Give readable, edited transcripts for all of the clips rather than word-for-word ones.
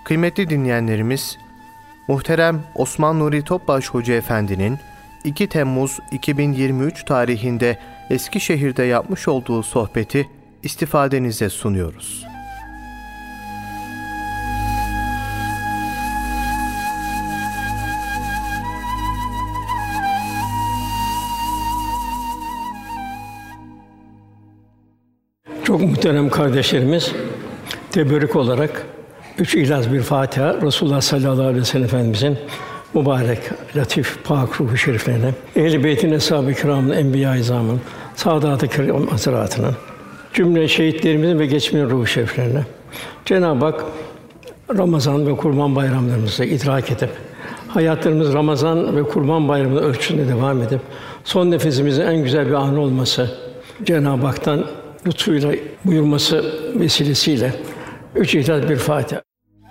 Kıymetli dinleyenlerimiz, muhterem Osman Nuri Topbaş Hoca Efendi'nin 2 Temmuz 2023 tarihinde Eskişehir'de yapmış olduğu sohbeti istifadenize sunuyoruz. Çok muhterem kardeşlerimiz, teberrük olarak 3 İhlas bir Fatiha, Resulullah sallallahu aleyhi ve sellem Efendimizin mübarek, latif, pak ruhu şeriflerine, Ehl-i Beyt'in, Eshâb-ı Kirâm'ın, Enbiya-i İzâm'ın, Sâdât-ı Kirâm hazaratının, cümle şehitlerimizin ve geçmeyen ruhu şeriflerine, Cenab-ı Hak Ramazan ve Kurban bayramlarımızı idrak edip, hayatlarımız Ramazan ve Kurban bayramı ölçüsünde devam edip, son nefesimizin en güzel bir anı olması, Cenab-ı Hak'tan lütfuyla buyurması vesilesiyle 3 İhlas bir Fatiha.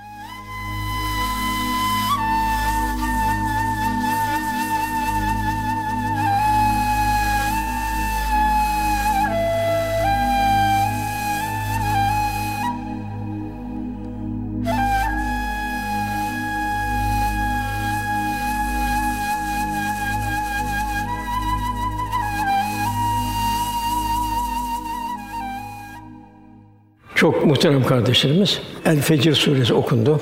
Çok muhterem kardeşlerimiz, El-Fecr suresi okundu.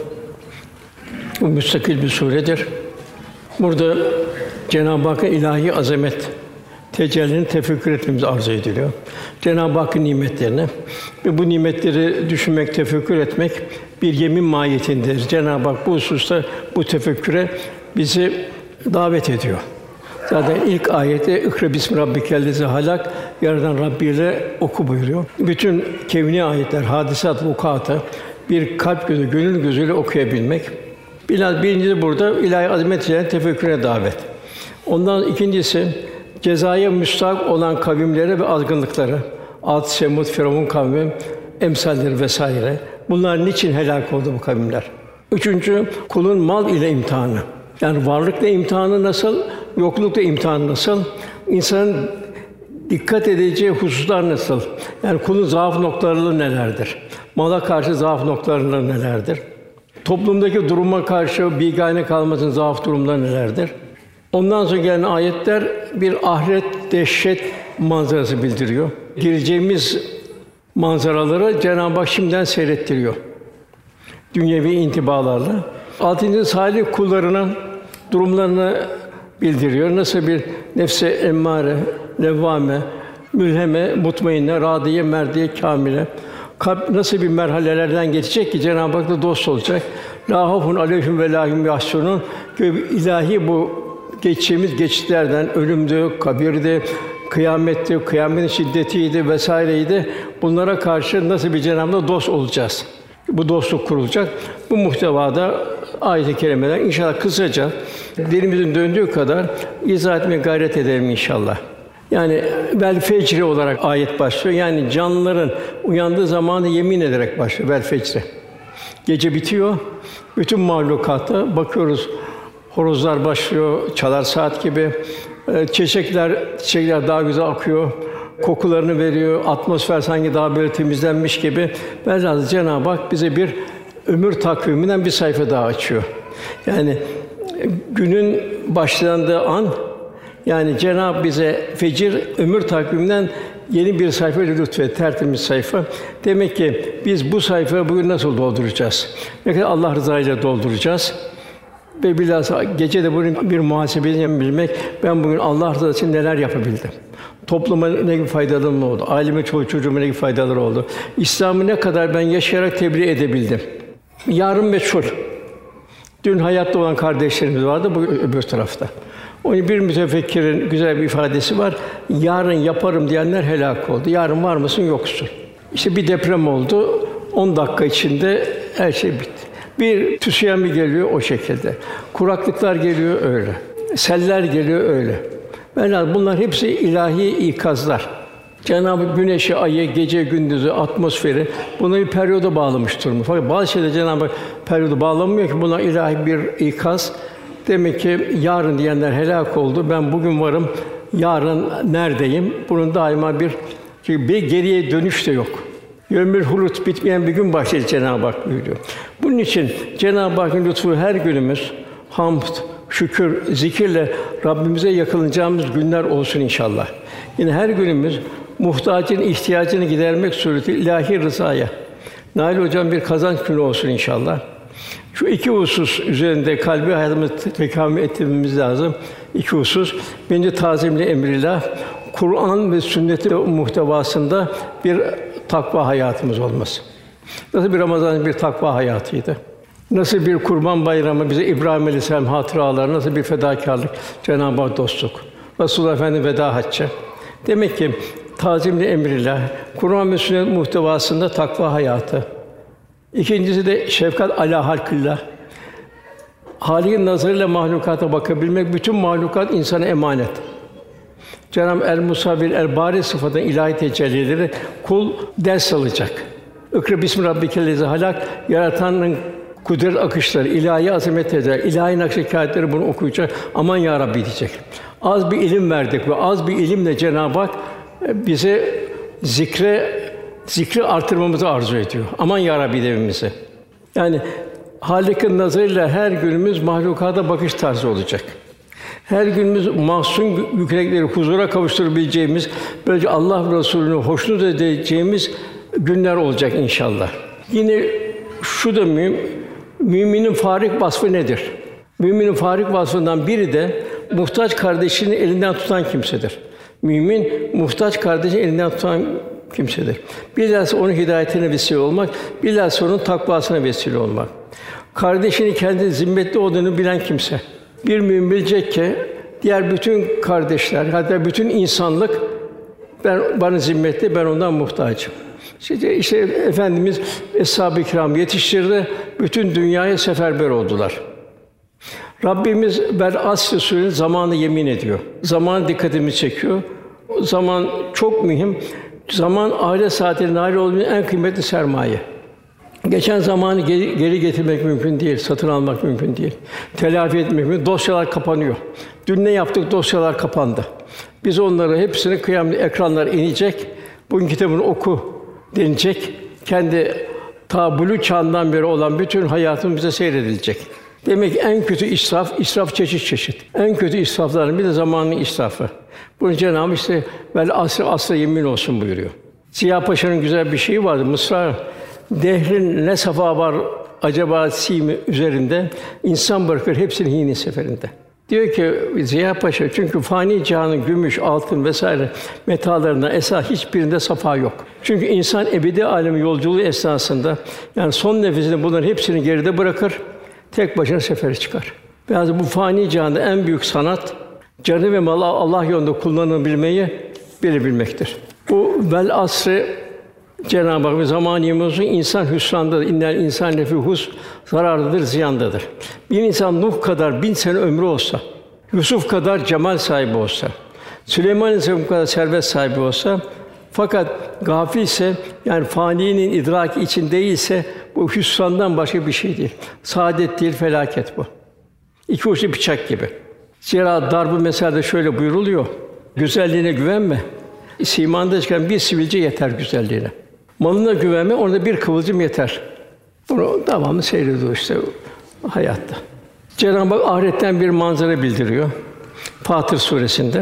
Bu müstakil bir suredir. Burada Cenab-ı Hakk'ın ilahi azamet tecellini tefekkür etmemiz arzu ediliyor. Cenab-ı Hakk'ın nimetlerine ve bu nimetleri düşünmek, tefekkür etmek bir yemin mahiyetindedir. Cenab-ı Hak bu hususta bu tefekküre bizi davet ediyor. Zaten ilk ayette "İkra bismi rabbikellezî halak" yaradan Rabbiyle oku buyuruyor. Bütün kevni ayetler, hadisat, vukuatı bir kalp gözü, gönül gözüyle okuyabilmek. Birincisi burada ilahi azamet üzerine tefekküre davet. Ondan ikincisi cezaya müstahak olan kavimlere ve azgınlıklara, Ad, Semud, Firavun kavmi, emsalleri vesaire. Bunlar niçin helak oldu bu kavimler? Üçüncü, kulun mal ile imtihanı. Yani varlıkla imtihanı nasıl, yoklukla imtihanı nasıl? İnsanın dikkat edeceği hususlar nasıl? Yani kulun zaaf noktaları nelerdir? Mala karşı zaaf noktaları nelerdir? Toplumdaki duruma karşı bigane kalmasının zaaf durumları nelerdir? Ondan sonra gelen ayetler bir ahiret dehşet manzarası bildiriyor. Gireceğimiz manzaraları Cenab-ı Hak şimdiden seyrettiriyor. Dünyevi intibalarla. Altıncı, salih kullarının durumlarını bildiriyor. Nasıl bir nefse emmare, levvame, mülheme, mutmainne, râdiye, merdiye, kâmile. Kalp nasıl bir merhalelerden geçecek ki Cenab-ı Hak'la dost olacak. Lâ hafun aleyhim ve lâ hum yahzunûn. İlahi bu geçeceğimiz geçitlerden ölümdü, kabirdi, kıyametti, kıyametin şiddetiydi vesaireydi. Bunlara karşı nasıl bir Cenab-ı Hak'la dost olacağız? Bu dostluk kurulacak. Bu muhtevada ayet-i kerimeler inşallah kısaca dilimizin döndüğü kadar izah etmeye gayret edelim inşallah. Yani vel fecri olarak ayet başlıyor. Yani canlıların uyandığı zamanı yemin ederek başlıyor vel fecri. Gece bitiyor. Bütün mahlukata bakıyoruz. Horozlar başlıyor, çalar saat gibi. Çiçekler daha güzel akıyor. Kokularını veriyor. Atmosfer sanki daha böyle temizlenmiş gibi. Velhâsıl Cenab-ı Hak bize bir ömür takviminden bir sayfa daha açıyor. Yani günün başlandığı an, yani Cenab-ı bize fecir ömür takviminden yeni bir sayfa lütfet, tertemiz sayfa. Demek ki biz bu sayfayı bugün nasıl dolduracağız? Ne kadar Allah rızasıyla dolduracağız? Ve bilhassa gece de bunun bir muhasebesini bilmek, ben bugün Allah rızası için neler yapabildim? Topluma ne gibi faydalarım oldu? Aileme, çocuğuma ne gibi faydaları oldu? İslam'ı ne kadar ben yaşayarak tebliğ edebildim? Yarın meçhul. Dün hayatta olan kardeşlerimiz vardı, bugün öbür tarafta. Onun bir mütefekkirin güzel bir ifadesi var. Yarın yaparım diyenler helak oldu. Yarın var mısın, yoksun. İşte bir deprem oldu. 10 dakika içinde her şey bitti. Bir tsunami geliyor o şekilde. Kuraklıklar geliyor öyle. Seller geliyor öyle. Bunlar hepsi ilahi ikazlar. Cenab-ı Hak güneşi, ayı, gece gündüzü, atmosferi buna bir periyoda bağlamış durumda. Fakat bazı şeyler Cenab-ı Hak periyoda bağlamıyor ki bunlar ilahi bir ikaz. Demek ki yarın diyenler helak oldu. Ben bugün varım. Yarın neredeyim? Bunun daima bir geriye dönüş de yok. Yevmül hulut, bitmeyen bir gün başlayacak Cenab-ı Hak buyuruyor. Bunun için Cenab-ı Hakk'ın lütfu her günümüz hamd, şükür, zikirle Rabbimize yakınacağımız günler olsun inşallah. Yine her günümüz muhtacın ihtiyacını gidermek suretiyle ilahi rızaya nail hocam bir kazanç günü olsun inşallah. Şu iki husus üzerinde kalbi hayatımızı tekamül ettirmemiz lazım. İki husus. Birinci tazimli emrillah, Kur'an ve sünnet muhtevasında bir takva hayatımız olması. Nasıl bir Ramazan bir takva hayatıydı? Nasıl bir Kurban Bayramı bize İbrahim Aleyhisselam hatıraları, nasıl bir fedakârlık, Cenab-ı Hak dostluk, Resulullah Efendimiz veda haccı. Demek ki tazimli emrillah, Kur'an ve sünnet muhtevasında takva hayatı. İkincisi de şefkat alâ halkillah. Hâlik'in nazarıyla mahlukata bakabilmek, bütün mahlukat insana emanet. Cenab-ı El-Musavvir, El-Bâri sıfatının ilahi tecellileri kul ders alacak. İkra bismi rabbikellezî halak, yaratanın kudret akışları, ilahi azamet eder, ilahi nakş-ı bunu okuyacak. Aman ya Rabbi diyecek. Az bir ilim verdik ve az bir ilimle Cenab-ı Hak bize zikri artırmamızı arzu ediyor. Aman ya Rabbi dememizi. Yani Hâlik'in nazarıyla her günümüz mahlukata bakış tarzı olacak. Her günümüz mahzun yürekleri huzura kavuşturabileceğimiz, böylece Allah ve Resulü'nü hoşnut edeceğimiz günler olacak inşallah. Yine şu da mühim, müminin farik vasfı nedir? Müminin farik vasfından biri de muhtaç kardeşini elinden tutan kimsedir. Mümin muhtaç kardeşini elinden tutan kimsedir. Bilhassa onun hidayetine vesile olmak, bilhassa onun takvasına vesile olmak. Kardeşini kendi zimmetli olduğunu bilen kimse. Bir mümin bilecek ki diğer bütün kardeşler, hatta bütün insanlık bana zimmetli, ben ondan muhtacım. İşte Efendimiz Eshab-ı Kiram yetiştirdi, bütün dünyaya seferber oldular. Rabbimiz Vel-Asr Sûresinde zamanı yemin ediyor. Zaman dikkatimizi çekiyor. O zaman çok mühim. Zaman ahiret saatine nail olmanın en kıymetli sermaye. Geçen zamanı geri getirmek mümkün değil, satın almak mümkün değil. Telafi etmek mümkün. Dosyalar kapanıyor. Dün ne yaptık? Dosyalar kapandı. Biz onları hepsini kıyamet ekranlar inecek. Bugün kitabını oku denilecek. Kendi ta Bulu çağından beri olan bütün hayatımız bize seyredilecek. Demek ki en kötü israf çeşit çeşit. En kötü israfların bir de zamanın israfı. Bunu Cenab-ı Hak işte vel asra yemin olsun buyuruyor. Ziya Paşa'nın güzel bir şeyi vardı. Mısra dehrin ne safa var acaba simi üzerinde insan bırakır hepsini hîn seferinde. Diyor ki Ziya Paşa çünkü fani cihanın gümüş, altın vesaire metalarından esas hiçbirinde safa yok. Çünkü insan ebedi alemi yolculuğu esnasında yani son nefesinde bunların hepsini geride bırakır. Tek başına sefere çıkar. Biraz bu fani cihanda en büyük sanat canı ve malı Allah yolunda kullanabilmeyi bilebilmektir. Bu vel asrı Cenab-ı Hak zamanımızın insan hüsrandadır. İnnel insan lefî husr zarardadır, ziyandadır. Bir insan Nuh kadar 1000 sene ömrü olsa, Yusuf kadar cemal sahibi olsa, Süleyman Aleyhisselam kadar servet sahibi olsa fakat gafilse yani faninin idraki için değilse bu hüsrandan başka bir şey değil. Saadet değil, felaket bu. İki uçlu bıçak gibi. Zira darb-ı meselede şöyle buyruluyor. Güzelliğine güvenme. Simanda çıkan bir sivilce yeter güzelliğine. Malına güvenme, orada bir kıvılcım yeter. Bunu devamlı seyrediyor işte hayatta. Cenab-ı Hak ahiretten bir manzara bildiriyor. Fatır suresinde.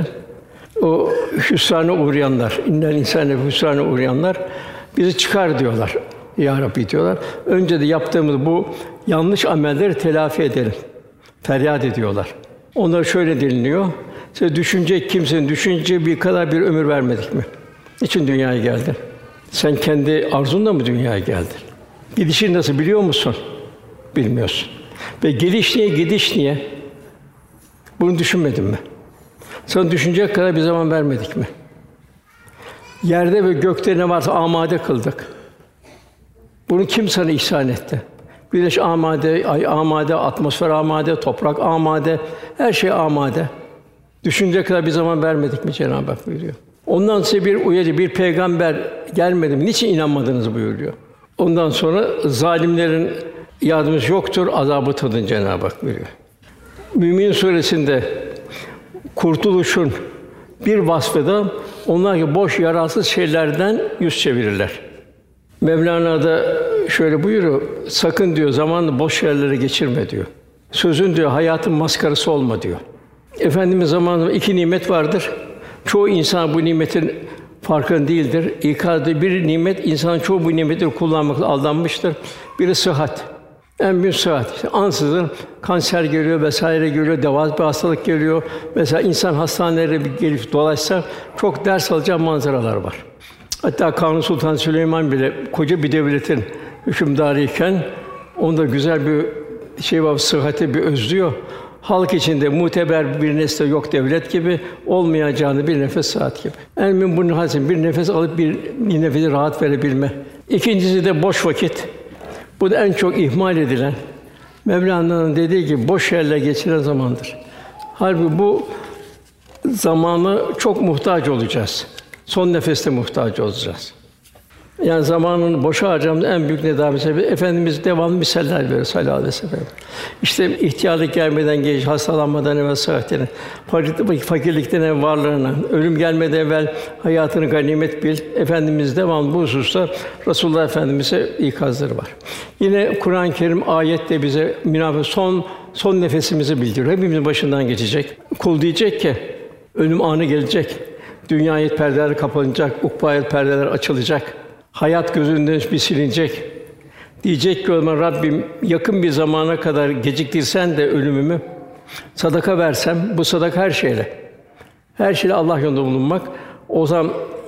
O hüsrana uğrayanlar, innel insane hüsrana uğrayanlar bizi çıkar diyorlar. Ya Rabbi diyorlar. Önce de yaptığımız bu yanlış amelleri telafi edelim. Feryat ediyorlar. Onlara şöyle deniliyor. Size düşünecek kimsenin düşüneceği bir kadar bir ömür vermedik mi? Niçin dünyaya geldin? Sen kendi arzunla mı dünyaya geldin? Gidişin nasıl biliyor musun? Bilmiyorsun. Ve geliş niye, gidiş niye? Bunu düşünmedin mi? Sana düşünecek kadar bir zaman vermedik mi? Yerde ve gökte ne varsa amade kıldık. Bunu kim sana ihsan etti? Güneş amade, ay amade, atmosfer amade, toprak amade, her şey amade. Düşünecek kadar bir zaman vermedik mi Cenab-ı Hak buyuruyor. Ondan size bir uyarı, bir peygamber gelmedi mi? Niçin inanmadınız buyuruyor. Ondan sonra zalimlerin yardımcısı yoktur, azabı tadın Cenab-ı Hak buyuruyor. Mümin suresinde kurtuluşun bir vasfı da onlar ki boş yararsız şeylerden yüz çevirirler. Mevlana da şöyle buyuruyor, sakın diyor zamanını boş yerlere geçirme diyor. Sözün diyor hayatın maskarası olma diyor. Efendimiz zamanında iki nimet vardır. Çoğu insan bu nimetin farkında değildir. İkazda bir nimet, insan çoğu bu nimetleri kullanmakla aldanmıştır. Biri sıhhat. En büyük sıhhat. İşte ansızın kanser geliyor vesaire geliyor, devasa bir hastalık geliyor. Mesela insan hastanelere gelip dolaşsa çok ders alacağı manzaralar var. Hatta Kanuni Sultan Süleyman bile koca bir devletin hükümdarıyken onda güzel bir şey var, sıhhati bir özlüyor. Halk içinde muteber bir nesne yok devlet gibi, olmayacağını bir nefes saat gibi. En mühim bunun hasim, bir nefes alıp bir nefesi rahat verebilme. İkincisi de boş vakit. Bu da en çok ihmal edilen. Mevlana'nın dediği gibi boş yerle geçiren zamandır. Halbuki bu zamanı çok muhtaç olacağız. Son nefeste muhtaç olacağız. Yani zamanın boşa harcamamızın en büyük nedeni sebebi Efendimiz devamlı misaller veriyor sallallahu aleyhi ve sellem. İşte ihtiyarlık gelmeden geç, hastalanmadan evvel sıhhatini, fakirlikten evvel varlığını, ölüm gelmeden evvel hayatını ganimet bil. Efendimiz devamlı bu hususta Resulullah Efendimiz'e ikazları var. Yine Kur'an-ı Kerim ayette bize son nefesimizi bildiriyor. Hepimizin başından geçecek. Kul diyecek ki ölüm anı gelecek. Dünya ayet perdeler kapanacak, ukba ayet perdeler açılacak. Hayat gözünden bir silinecek. Diyecek ki o zaman Rabbim yakın bir zamana kadar geciktirsen de ölümümü sadaka versem, bu sadaka her şeyle Allah yolunda bulunmak. O zaman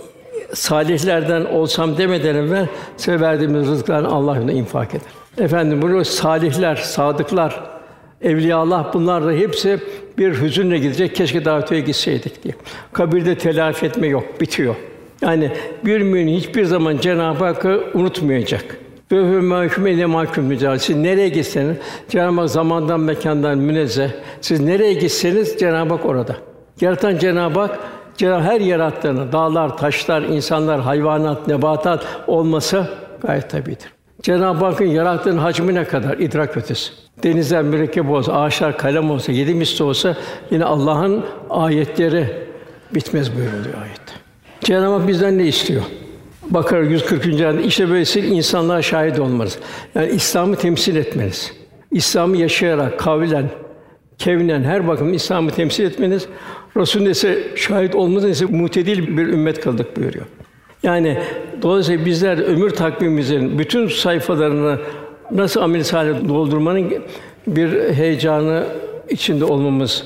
salihlerden olsam demeden evvel size verdiğimiz rızıklarını Allah yolunda infak eder. Efendim bunu salihler, sadıklar, evliyaullah bunlar da hepsi bir hüzünle gidecek. Keşke daha öteye gitseydik diye. Kabirde telafi etme yok, bitiyor. Yani bir mümin hiçbir zaman Cenab-ı Hakk'ı unutmayacak. Ve hü mahkum ile mahkum mücadele. Siz nereye gitseniz Cenab-ı Hak zamandan mekandan münezzeh. Siz nereye gitseniz Cenab-ı Hak orada. Yaratan Cenab-ı Hak her yarattığını, dağlar, taşlar, insanlar, hayvanat, nebatat olması gayet tabiidir. Cenab-ı Hakk'ın yarattığının hacmine kadar idrak ötesi. Denizler mürekkep olsa, ağaçlar kalem olsa, 7 misli olsa yine Allah'ın ayetleri bitmez buyuruluyor ayette. Cenab-ı Hak bizden ne istiyor? Bakara 140. ayette işte böylesi insanlığa şahit olmanız. Yani İslam'ı temsil etmeniz. İslam'ı yaşayarak, kavlen, kevnen her bakımdan İslam'ı temsil etmeniz, Resulü'nün ise şahit olmanız ise muhtedil bir ümmet kıldık buyuruyor. Yani dolayısıyla bizler ömür takvimimizin bütün sayfalarını nasıl amel-i salih doldurmanın bir heyecanı içinde olmamız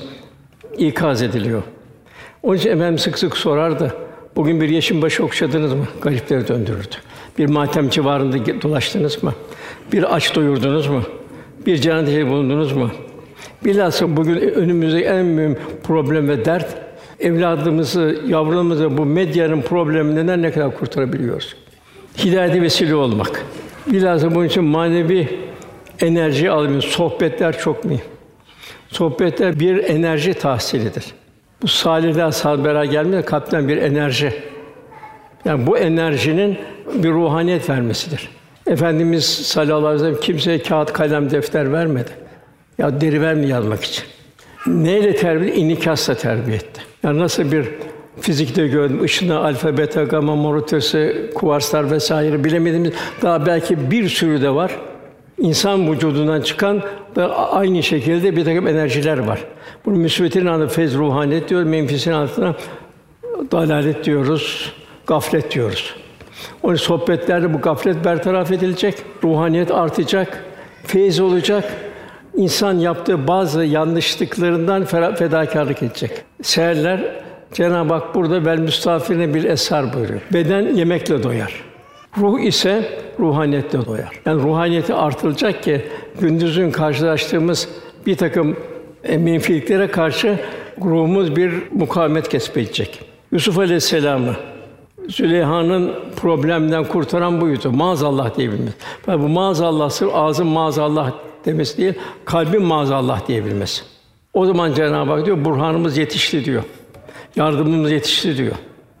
ikaz ediliyor. Onun için Efendimiz sık sık sorardı. Bugün bir yeşim başı okşadınız mı? Garipleri döndürürdü. Bir matem civarında dolaştınız mı? Bir aç doyurdunuz mu? Bir cenazede bulundunuz mu? Bilhassa bugün önümüzde en mühim problem ve dert, evladımızı, yavrularımızı bu medyanın probleminden ne kadar kurtarabiliyoruz? Hidayete vesile olmak. Bilhassa bunun için manevi enerji alımı, sohbetler çok mühim. Sohbetler bir enerji tahsilidir. Bu salihler beraber gelmede kalpten bir enerji. Yani bu enerjinin bir ruhaniyet vermesidir. Efendimiz sallallahu aleyhi ve sellem kimseye kağıt, kalem, defter vermedi. Ya deri vermiyor yazmak için. Neyle terbiye? İnikâsla terbiye etti. Yani nasıl bir fizikte gördüm, ışını, alfa, beta, gamma, mor ötesi, kuvarslar vesaire bilemediğimiz daha belki bir sürü de var. İnsan vücudundan çıkan da aynı şekilde bir takım enerjiler var. Bunun müsbetinin adı feyz ruhaniyet diyor, menfisinin adına dalalet diyoruz, gaflet diyoruz. Onun sohbetlerde bu gaflet bertaraf edilecek, ruhaniyet artacak, feyz olacak. İnsan yaptığı bazı yanlışlıklarından fedakârlık edecek. Seherler Cenab-ı Hak burada vel müstafirine bil eshar buyuruyor. Beden yemekle doyar. Ruh ise ruhaniyetle doyar. Yani ruhaniyeti artırılacak ki gündüzün karşılaştığımız bir takım menfiliklere karşı ruhumuz bir mukavemet kesbedecek. Yusuf Aleyhisselam'ı Züleyha'nın problemden kurtaran buydu. Maazallah diyebilmesi. Bu maazallah sırf ağzın maazallah demesi değil, kalbin maazallah diyebilmesi. O zaman Cenab-ı Hak diyor, burhanımız yetişti diyor. Yardımımız yetişti diyor.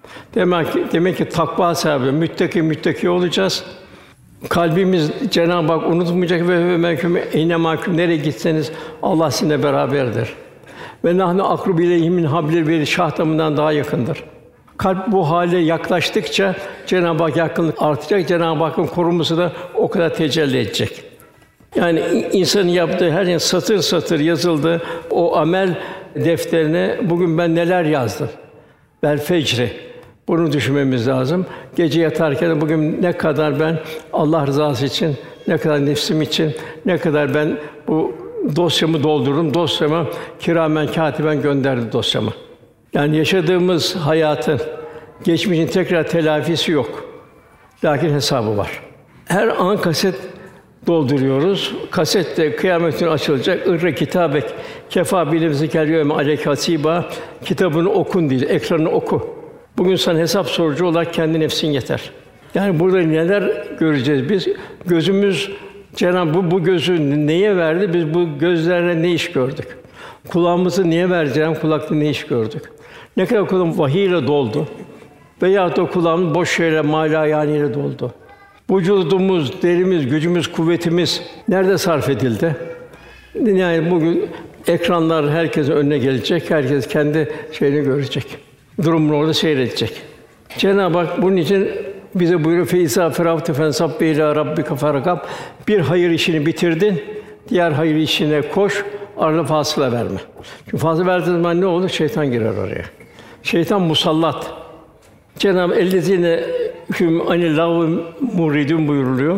Demek ki takva sahibi, müttaki olacağız. Kalbimiz Cenab-ı Hak unutmayacak ve mehkum eyne mahkum nereye gitseniz Allah sizinle beraberdir. Ve nahnu akrubu ileyhi min hablil verid şah damından daha yakındır. Kalp bu hale yaklaştıkça Cenab-ı Hak yakınlık artacak. Cenab-ı Hakk'ın korunması da o kadar tecelli edecek. Yani insanın yaptığı her şey satır satır yazıldı. O amel defterine bugün ben neler yazdım? Vel fecri. Bunu düşünmemiz lazım. Gece yatarken bugün ne kadar ben Allah rızası için, ne kadar nefsim için, ne kadar ben bu dosyamı doldurdum. Dosyama kiramen kâtiben gönderdi dosyamı. Yani yaşadığımız hayatın geçmişin tekrar telafisi yok. Lakin hesabı var. Her an kaset dolduruyoruz. Kasette kıyamet günü açılacak. İrra kitabek kefâ bilimzikel yevme aleyke hasiba. Kitabını okun diye, ekranını oku. Bugün sana hesap sorucu olarak kendi nefsin yeter. Yani burada neler göreceğiz biz? Gözümüz Cenab-ı bu gözü neye verdi? Biz bu gözlerle ne iş gördük? Kulağımızı niye verdi Cenab-ı kulakla ne iş gördük? Ne kadar kulağım vahiy ile doldu veya da kulağımız boş şeyle, malayaniyle doldu. Vücudumuz, derimiz, gücümüz, kuvvetimiz nerede sarf edildi? Yani bugün ekranlar herkesin önüne gelecek, herkes kendi şeyini görecek. Durumunu orada seyredecek. Cenab-ı Hak bunun için bize buyuruyor: "Feyza feragte fensab ila rabbike faragab." Bir hayır işini bitirdin, diğer hayır işine koş, arada fasıla verme. Çünkü fasıla verdiğin zaman ne olur? Şeytan girer oraya. Şeytan musallat. Cenab-ı Ellezîne hum anil lâgvi muridûn buyuruluyor.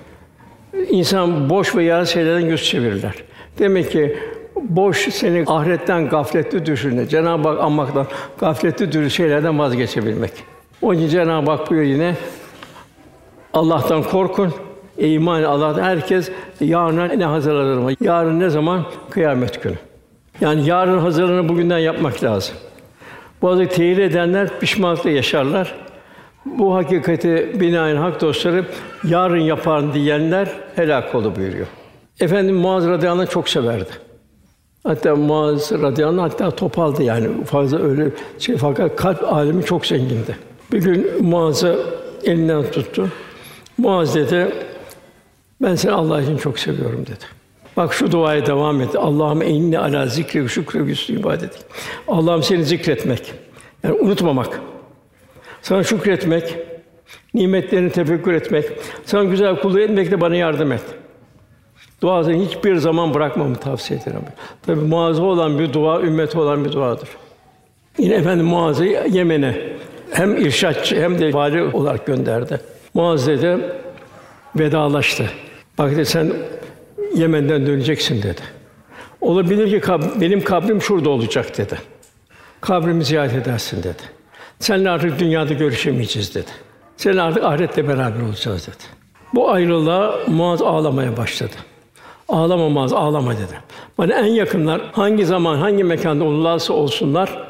İnsan boş ve yalan şeylerden yüz çevirirler. Demek ki boş seni ahiretten gafletli düşürür. Cenab-ı Hak anmaktan gafletli düşürür şeylerden vazgeçebilmek. Onun için Cenab-ı Hak buyuruyor yine: Allah'tan korkun. İman Allah'tan herkes yarına ne hazırlanır? Yarın ne zaman? Kıyamet günü. Yani yarın hazırlığını bugünden yapmak lazım. Bu hazırlığı tehir edenler pişmanlıkla yaşarlar. Bu hakikati binaen hak dostları yarın yaparım diyenler helak oldu buyuruyor. Efendim Muaz radıyallahu anh çok severdi. Hatta Muaz radıyallahu anh hatta topaldı yani fazla öyle şey fakat kalp alemi çok zengindi. Bir gün Muaz'ı elinden tuttu. Muaz dedi: "Ben seni Allah için çok seviyorum." dedi. Bak şu duaya devam et. Allahümme inni ala zikri ve şükri ve husnü ibadetik. Allah'ım seni zikretmek, yani unutmamak, sana şükretmek, nimetlerini tefekkür etmek, sana güzel kulluk etmekle bana yardım et. Duasını hiçbir zaman bırakmamı tavsiye ederim. Tabii muazzam olan bir dua, ümmete olan bir duadır. Yine Efendimiz Muaz'ı Yemen'e hem irşadçı hem de vali olarak gönderdi. Muaz dedi, vedalaştı. Bak dedi, sen Yemen'den döneceksin dedi. Olabilir ki benim kabrim şurada olacak dedi. Kabrimi ziyaret edersin dedi. Seninle artık dünyada görüşemeyeceğiz dedi. Seninle artık ahirette beraber olacağız dedi. Bu ayrılığa Muaz ağlamaya başladı. Ağlama Muaz, ağlama dedi. Bana en yakınlar hangi zaman, hangi mekanda olurlarsa olsunlar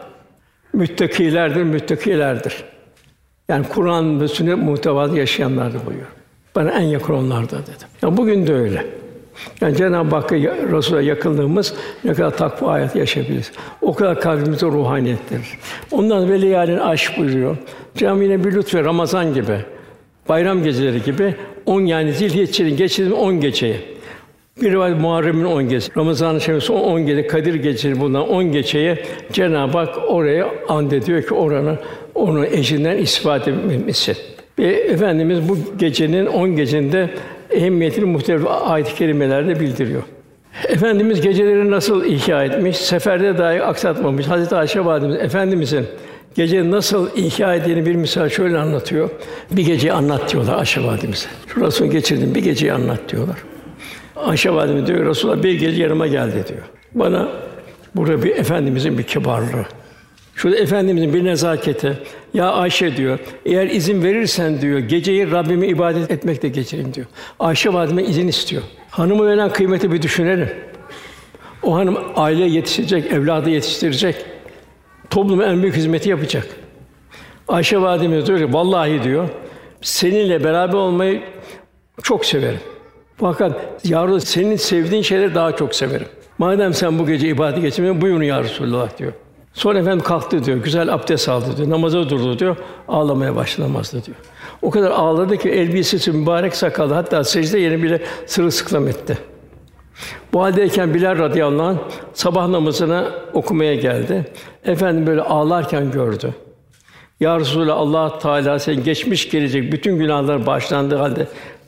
müttakilerdir. Yani Kur'an ve sünnet muhtevası yaşayanlardır buyuruyor. Bana en yakın onlardır dedi. Yani bugün de öyle. Yani Cenab-ı Hakk'a, Resûl'a yakınlığımız ne kadar takva hayatı yaşayabiliriz. O kadar kalbimize ruhaniyettir. Ondan ve leyâlin aşk buyuruyor. Cenab-ı yine bir lütfu Ramazan gibi, bayram geceleri gibi 10 yani Zilhicce'nin geçirdiğimiz 10 geceyi. Bir var Muharrem'in 10 gecesi, Ramazan-ı Şerif'in son 10 gece, Kadir Gecesi bundan 10 geceye Cenab-ı Hak oraya andediyor ki onun eşinden istifade edilmesi. Ve Efendimiz bu gecenin 10 gecede ehemmiyetini muhtelif ayet-i kerimelerde bildiriyor. Efendimiz geceleri nasıl ihya etmiş, seferde dahi aksatmamış. Hazreti Ayşe validemiz Efendimizin gece nasıl ihya ettiğini bir misal şöyle anlatıyor. Bir geceyi anlat diyorlar Ayşe validemize. Şurasını geçirdim, bir geceyi anlat diyorlar. Ayşe validemiz diyor, Resulullah bir gece yanıma geldi diyor. Bana burada bir Efendimizin bir kibarlığı. Şurada Efendimizin bir nezaketi. Ya Ayşe diyor, eğer izin verirsen diyor, geceyi Rabbime ibadet etmekle geçireyim diyor. Ayşe valideme izin istiyor. Hanıma verilen kıymeti bir düşünelim. O hanım aile yetiştirecek, evladı yetiştirecek. Topluma en büyük hizmeti yapacak. Ayşe validemiz diyor ki, vallahi diyor, seninle beraber olmayı çok severim. Fakat ya senin sevdiğin şeyleri daha çok severim. Madem sen bu gece ibadet geçirmiyorsun, buyurun ya Resulullah diyor. Sonra Efendimiz kalktı diyor, güzel abdest aldı diyor, namaza durdu diyor, ağlamaya başladı namazda diyor. O kadar ağladı ki elbisesi mübarek sakalı, hatta secde yeri bile sırılsıklam etti. Bu haldeyken Bilal radıyallahu anh sabah namazına okumaya geldi. Efendim böyle ağlarken gördü. Ya Resulallah, Allah Teala senin geçmiş gelecek bütün günahlar bağışlandığı halde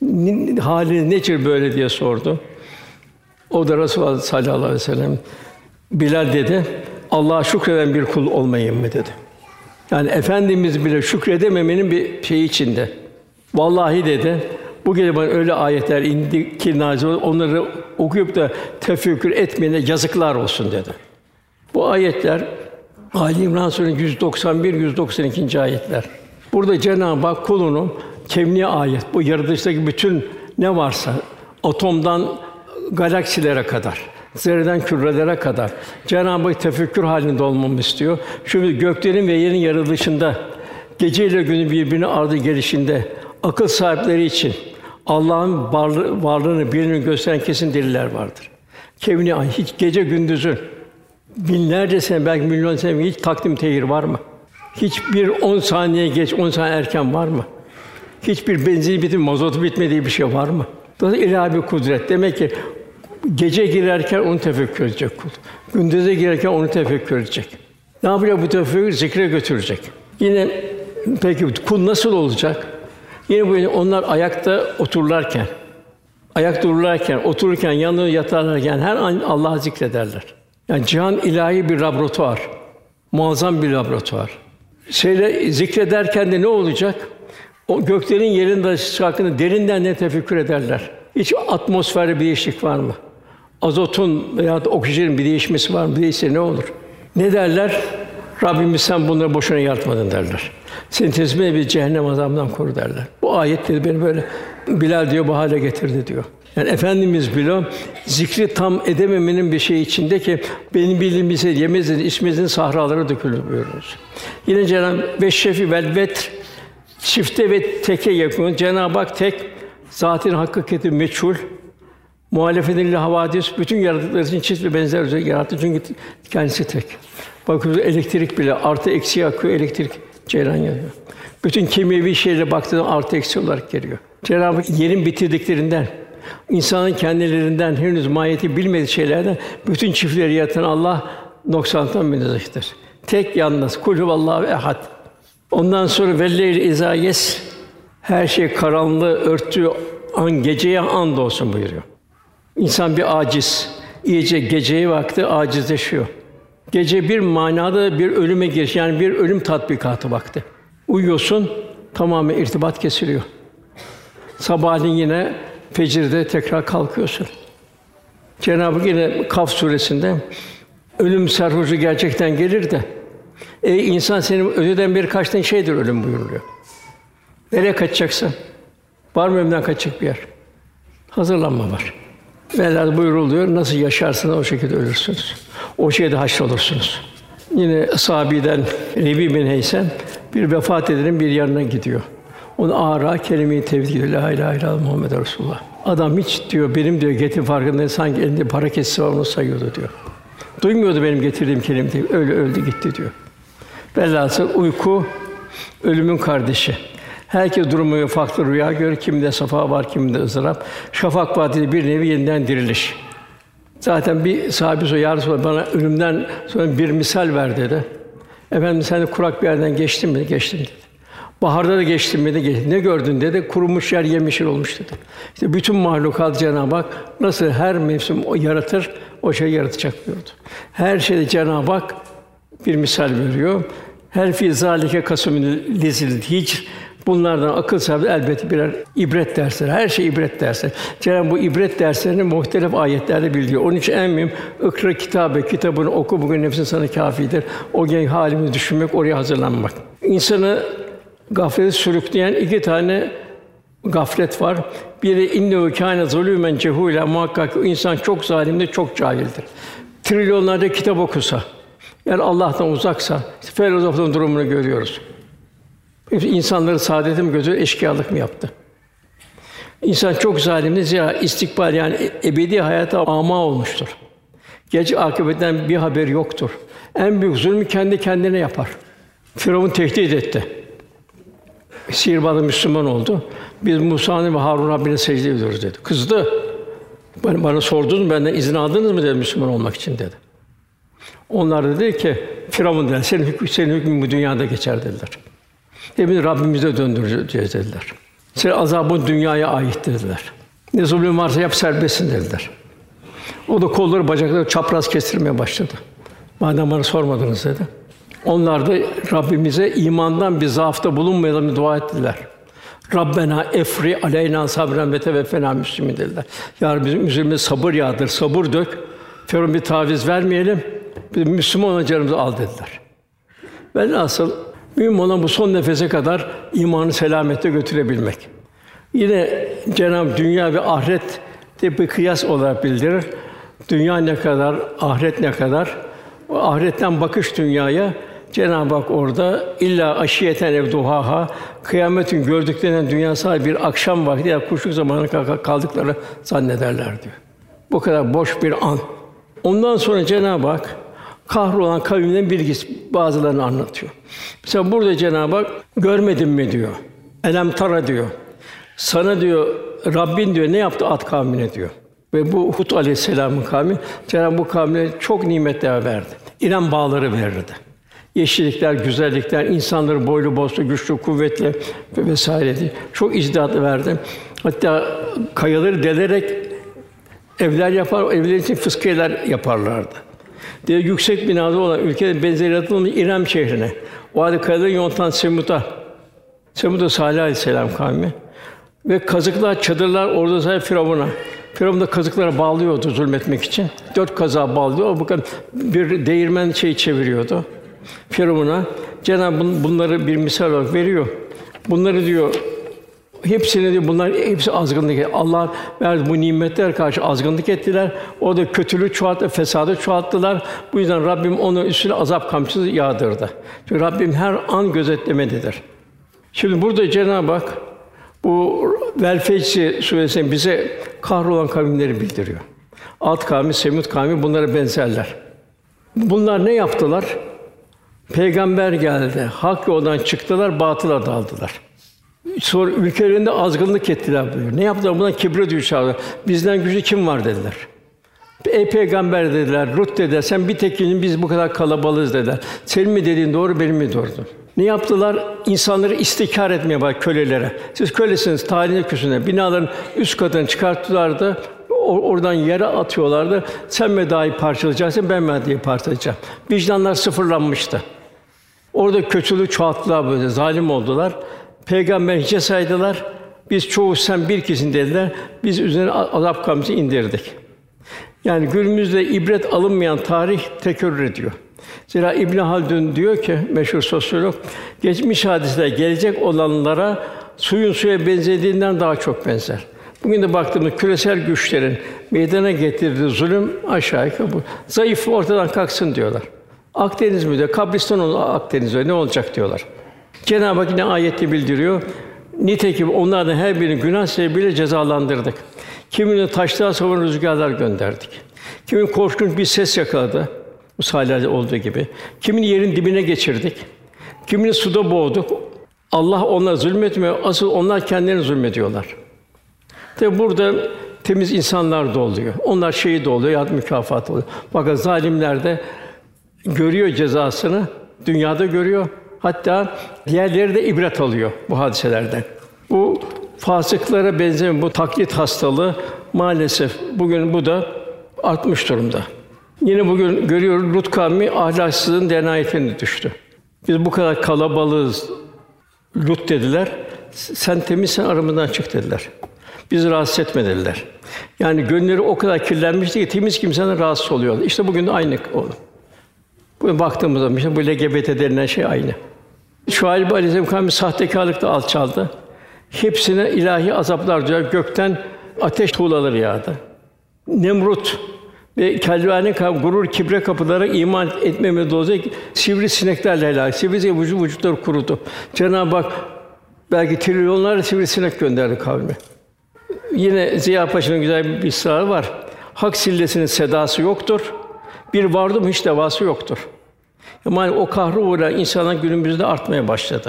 halin nedir böyle diye sordu. O da Resulullah sallallahu aleyhi ve sellem, Bilal dedi, Allah'a şükreden bir kul olmayayım mı dedi. Yani Efendimiz bile şükredememenin bir şeyi içinde. Vallahi dedi, bu gece bana öyle ayetler indi ki nazil oldu, onları okuyup da tefekkür etmeyene yazıklar olsun dedi. Bu ayetler Ali İmran Sûresi'nin 191 192. ayetler. Burada Cenab-ı Hak kulunu kevni ayet, bu yaratılıştaki bütün ne varsa atomdan galaksilere kadar, zerreden kürelere kadar Cenab-ı Hak tefekkür halinde olmamı istiyor. Şimdi göklerin ve yerin yaratılışında, gece ile günün birbirine ardı gelişinde akıl sahipleri için Allah'ın varlığını birinin gösteren kesin deliller vardır. Kevni ayet, hiç gece gündüzün binlerce sene, belki milyon sene hiç takdim tehir var mı? Hiçbir 10 saniye geç, 10 saniye erken var mı? Hiçbir benzin bitip mazotu bitmediği bir şey var mı? Dolayısıyla ilahi bir kudret. Demek ki gece girerken onu tefekkür edecek kul. Gündüze girerken onu tefekkür edecek. Ne yapacak bu tefekkür? Zikre götürecek. Yine peki kul nasıl olacak? Yine böyle onlar ayakta otururlarken, ayakta dururlarken, otururken, yanında yatarlarken her an Allah'ı zikrederler. Yani cihan ilahi bir laboratuvar, muazzam bir laboratuvar. Zikrederken de ne olacak? O göklerin yerin taşı hakkında derinden ne tefekkür ederler. Hiç atmosferde bir değişiklik var mı? Azotun veya da oksijenin bir değişmesi var mı? Değilse ne olur? Ne derler? Rabbimiz sen bunları boşuna yaratmadın derler. Seni tesbih bir cehennem azabından koru derler. Bu ayet dedi beni böyle Bilal diyor bu hale getirdi diyor. Yani Efendimiz bile zikri tam edememenin bir şey içinde ki benim bildiğim bir şey yemezin, içmezin sahralara dökülür buyuruyoruz. Yine Cenab-ı ve şefi vel vetr çifte ve teke yakın. Cenab-ı Hak tek, zatîn hakikati meçhul. Muhalefetin havadis bütün yaratıklar için çift ve benzer özellik yarattı çünkü kendisi tek. Bakıyoruz elektrik bile artı eksiye akıyor, elektrik cereyan yapıyor. Bütün kimyevi şeylere baktığında artı eksi olarak geliyor. Cenab-ı Hak yerin bitirdiklerinden, insanın kendilerinden henüz mahiyeti bilmediği şeylerden bütün çiftleri yaratan Allah noksandan münezzehtir. Tek yalnız kul huvallahu ehad. Ondan sonra velleyl izâ yes her şey karanlığı örttüğü an geceye andolsun buyuruyor. İnsan bir aciz, iyice geceye vakti acizleşiyor. Gece bir manada bir ölüme giriş, yani bir ölüm tatbikatı vakti. Uyuyorsun, tamamen irtibat kesiliyor. Sabahleyin yine fecirde tekrar kalkıyorsun. Cenab-ı Hak yine Kaf suresinde ölüm serhoşu gerçekten gelir de ey insan senin öteden beri kaçtığın şeydir ölüm buyuruluyor. Nereye kaçacaksın? Var mı ölümden kaçacak bir yer? Hazırlanma var. Mevla buyuruluyor, nasıl yaşarsınız o şekilde ölürsünüz. O şeyde haşrolursunuz. Yine sahabiden Rebi bin Heysem bir vefat edenin bir yanına gidiyor. Onu ağır kelime-i tevhid ediyor. La ilahe illallah Muhammed Resulullah. Adam hiç diyor benim diyor getir farkında sanki elinde para kesesi var onu sayıyordu diyor. Duymuyordu benim getirdiğim kelimeyi. Öyle öldü gitti diyor. Velhâsıl uyku ölümün kardeşi. Herkes durumu farklı rüya görür. Kiminde safa var, kiminde ızdırap. Şafak vakti bir nevi yeniden diriliş. Zaten bir sahabe soruyor, "Ya Resulallah, bana ölümden sonra bir misal ver." dedi. Efendimiz sen de kurak bir yerden geçtin mi? Geçtim dedi. Baharda da geçtin mi? Geçtim. Ne gördün dedi. Kurumuş yer yemyeşil olmuş dedi. İşte bütün mahlukat Cenab-ı Hak nasıl her mevsim o yaratır, o şeyi yaratacak buyurdu. Her şeyde Cenab-ı Hak bir misal veriyor. Her fî zâlike kasımın lizil hicr. Bunlardan akıl sahibi elbette birer ibret dersleri. Her şey ibret dersleri. Cenab-ı bu ibret derslerini muhtelif ayetlerde bildiriyor. Onun için en mühim ikra kitabe, kitabını oku bugün nefsin sana kâfidir. O gün halimizi düşünmek, oraya hazırlanmak. İnsanı gaflete sürükleyen iki tane gaflet var. Biri innehu kâne zulûmen cehûlâ, muhakkak insan çok zalimdir, çok cahildir. Trilyonlarca kitap okusa, yani Allah'tan uzaksa, filozofların durumunu görüyoruz. İnsanları saadete mi götürüyor, eşkıyalık mı yaptı? İnsan çok zalimdir, zira istikbal yani ebedi hayata âmâ olmuştur. Gece akıbetten bir haber yoktur. En büyük zulmü kendi kendine yapar. Firavun tehdit etti. Sihirbazı Müslüman oldu. Biz Musa'nın ve Harun Rabbine secde ediyoruz dedi. Kızdı. Bana sordunuz mu, benden izin aldınız mı dedi Müslüman olmak için dedi. Onlar da dedi ki Firavun dedi, senin hükmün bu dünyada geçer dediler. Hepimizi Rabbimize döndüreceğiz dediler. Senin azabın dünyaya ait dediler. Ne zulüm varsa yap serbestsin dediler. O da kolları bacakları çapraz kestirmeye başladı. Madem bana sormadınız dedi. Onlar da Rabbimize imandan bir zaafta bulunmayalım diye dua ettiler. Rabbena efri aleyna sabren ve teveffena müslimin dediler. Ya Rabbi bizim üzerimize sabır yağdır, sabır dök. Firavun bir taviz vermeyelim. Bir Müslüman olan canımızı al dediler. Velhasıl mühim olan bu son nefese kadar imanı selamette götürebilmek. Yine Cenab-ı dünya ve ahirette bir kıyas olarak bildirir. Dünya ne kadar, ahiret ne kadar? O ahiretten bakış dünyaya Cenab-ı Hak orada illa aşiyeten evduhaha kıyametin gördüklerinden dünya sahibi bir akşam vakti ya kuşluk zamanı kaldıkları zannederler diyor. Bu kadar boş bir an. Ondan sonra Cenab-ı Hak kahrolan kavimlerin bilgisi bazılarını anlatıyor. Mesela burada Cenab-ı Hak görmedin mi diyor. Elem tara diyor. Sana diyor Rabbin diyor ne yaptı Ad kavmine diyor. Ve bu Hud aleyhisselamın kavmi Cenab-ı bu kavmine çok nimetler verdi. İrem bağları verirdi. Yeşillikler, güzellikler, insanları boylu boslu, güçlü, kuvvetli ve vesaire. Çok icraatlı verdi. Hatta kayaları delerek evler yapar, evler için fıskiyeler yaparlardı. Diye yüksek binada olan ülkede benzeri yaratılmış İrem şehrine. O halde kayaları yontan Semud'a Salih aleyhisselam kavmi ve kazıklar, çadırlar orada sahip Firavun'a. Firavun da kazıklara bağlıyordu zulmetmek için. 4 kazığa bağlıyor. O bakın bir değirmen çeviriyordu. Firavun'a Cenab-ı bunları bir misal olarak veriyor. Bunları diyor hepsini diyor bunlar hepsi azgınlık etti. Allah verdi bu nimetler karşı azgınlık ettiler. O da kötülüğü çoğalttı, fesadı çoğalttılar. Bu yüzden Rabbim onu üstüne azap kamçısı yağdırdı. Çünkü Rabbim her an gözetlemededir. Şimdi burada Cenab-ı Hak bu Vel-Fecr suresinde bize kahrolan kavimleri bildiriyor. Ad kavmi, Semud kavmi bunlara benzerler. Bunlar ne yaptılar? Peygamber geldi, hak yoldan çıktılar, batıla daldılar. Sonra ülkelerinde azgınlık ettiler buyuruyor. Ne yaptılar? Buna kibre düşerler. Bizden güçlü kim var dediler. Ey peygamber dediler, Lut dediler, sen bir tekinin biz bu kadar kalabalığız dediler. Senin mi dediğin doğru, benim mi doğru? Ne yaptılar? İnsanları istikrar etmeye başladılar kölelere. Siz kölesiniz, talihine küsüne. Binaların üst katını çıkarttılardı. Oradan yere atıyorlardı. Sen mi daha iyi parçalayacaksın, ben mi daha iyi parçalayacağım? Vicdanlar sıfırlanmıştı. Orada kötülüğü çoğalttılar böyle, zalim oldular. Peygamber hiçe saydılar. Biz çoğu sen bir kişisin dediler. Biz üzerine azap kamçısı indirdik. Yani günümüzde ibret alınmayan tarih tekerrür ediyor. Zira İbn Haldun diyor ki meşhur sosyolog, geçmiş hadiseler gelecek olanlara suyun suya benzediğinden daha çok benzer. Bugün de baktığımız küresel güçlerin meydana getirdiği zulüm aşağı yukarı bu. Zayıf ortadan kalksın diyorlar. Akdeniz mi diyor, Kabristan olur Akdeniz diyor, ne olacak diyorlar. Cenab-ı Hak yine ayette bildiriyor. Nitekim onlardan her birini günah sebebiyle cezalandırdık. Kimini taşlığa savuran rüzgârlar gönderdik. Kimin korkunç bir ses yakaladı, bu Salih'te olduğu gibi. Kimini yerin dibine geçirdik. Kimini suda boğduk. Allah onlara zulmetmiyor, asıl onlar kendilerine zulmediyorlar. Tabi burada temiz insanlar da oluyor. Onlar şehit oluyor, ya mükafat oluyor. Fakat zalimler de görüyor cezasını, dünyada görüyor. Hatta diğerleri de ibret alıyor bu hadiselerden. Bu fasıklara benzeyen bu taklit hastalığı maalesef bugün bu da artmış durumda. Yine bugün görüyoruz Lut kavmi ahlaksızlığın denayetine düştü. Biz bu kadar kalabalığız. Lut dediler. Sen temizsen aramızdan çık dediler. Bizi rahatsız etme dediler. Yani gönülleri o kadar kirlenmişti ki temiz kimseler rahatsız oluyordu. İşte bugün de aynı oldu. Bugün baktığımızda işte bu LGBT denilen şey aynı. Şuayb Aleyhisselam kavmi sahtekârlıkta alçaldı. Hepsine ilahi azaplar diyor. Gökten ateş tuğlaları yağdı. Nemrut ve Kelvâne kavmi gurur, kibre kapılarak iman etmemeye dolayı sivrisineklerle helak. Sivrisinek vücutları kurudu. Cenab-ı Hak belki trilyonlarca sivrisinek gönderdi kavme. Yine Ziya Paşa'nın güzel bir ısrarı var. Hak sillesinin sedası yoktur. Bir vardı mı hiç devası yoktur. Yani o kahre uğrayan insanlar günümüzde artmaya başladı.